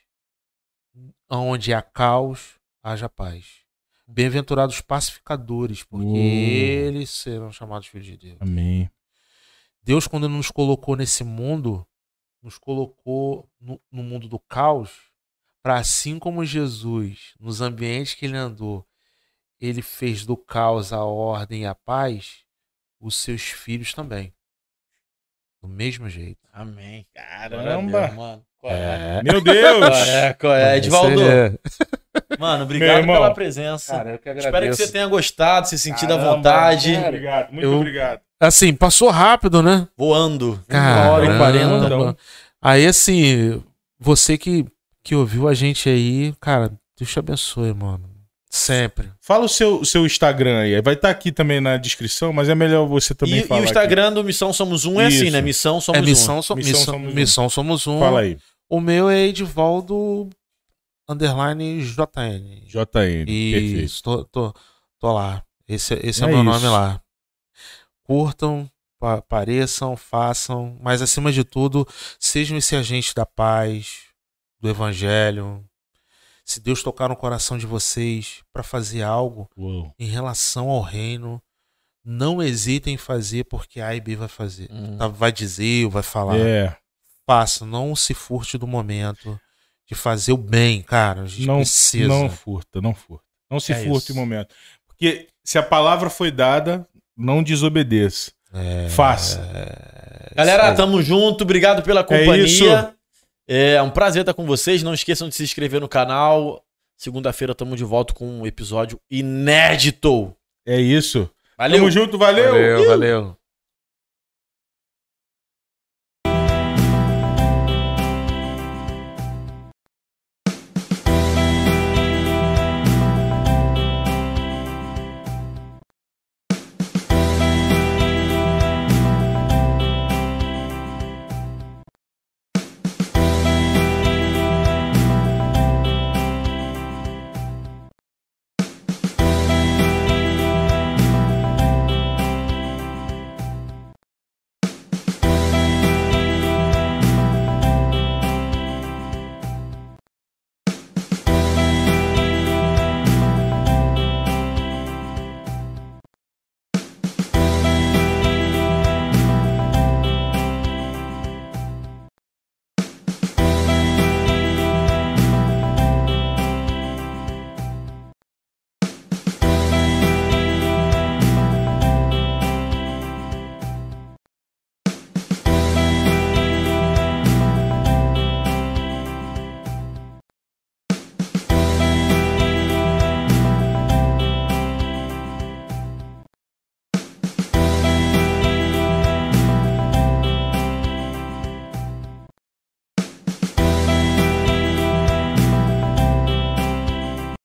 onde há caos, haja paz. Bem-aventurados pacificadores, porque Uou. eles serão chamados filhos de Deus. Amém. Deus, quando nos colocou nesse mundo, nos colocou no, no mundo do caos, para assim como Jesus, nos ambientes que ele andou, ele fez do caos a ordem e a paz, os seus filhos também. Do mesmo jeito. Amém. Caramba. Deus, mano. Qual é? Meu Deus! Qual é? Qual é? Edvaldo, Esse mano, Meu obrigado irmão. pela presença. Cara, eu que agradeço. Espero que você tenha gostado, se sentido à Caramba, vontade. Muito obrigado, muito Eu- obrigado. Assim, passou rápido, né? Voando. Caramba. Uma hora e quarenta. Então. Aí, assim, você que, que ouviu a gente aí, cara, Deus te abençoe, mano. Sempre. Fala o seu, o seu Instagram aí. Vai estar aqui também na descrição, mas é melhor você também E, falar e o Instagram do Missão Somos Um é assim, Isso. né? Missão Somos é missão, so- Missão missão, Somos Um. missão somos um. aqui. Fala aí. O meu é Edivaldo underline J N. J N. Perfeito. Isso, tô, tô, tô lá. Esse, esse é o É meu isso. nome lá. Curtam, pa- apareçam, façam, mas acima de tudo, sejam esse agente da paz, do evangelho. Se Deus tocar no coração de vocês para fazer algo Uou. em relação ao reino, não hesitem em fazer, porque A e B vai fazer. Um. Tá? Vai dizer, ou vai falar. É, Faça, não se furte do momento de fazer o bem, cara. A gente não, precisa. não furta, não furta. Não se É furte isso. em momento. Porque se a palavra foi dada, não desobedeça. É, Faça. é, Galera, isso aí. tamo junto. Obrigado pela É isso. companhia. É um prazer estar com vocês. Não esqueçam de se inscrever no canal. Segunda-feira tamo de volta com um episódio inédito. É isso. Valeu! Tamo junto, valeu! Valeu, valeu.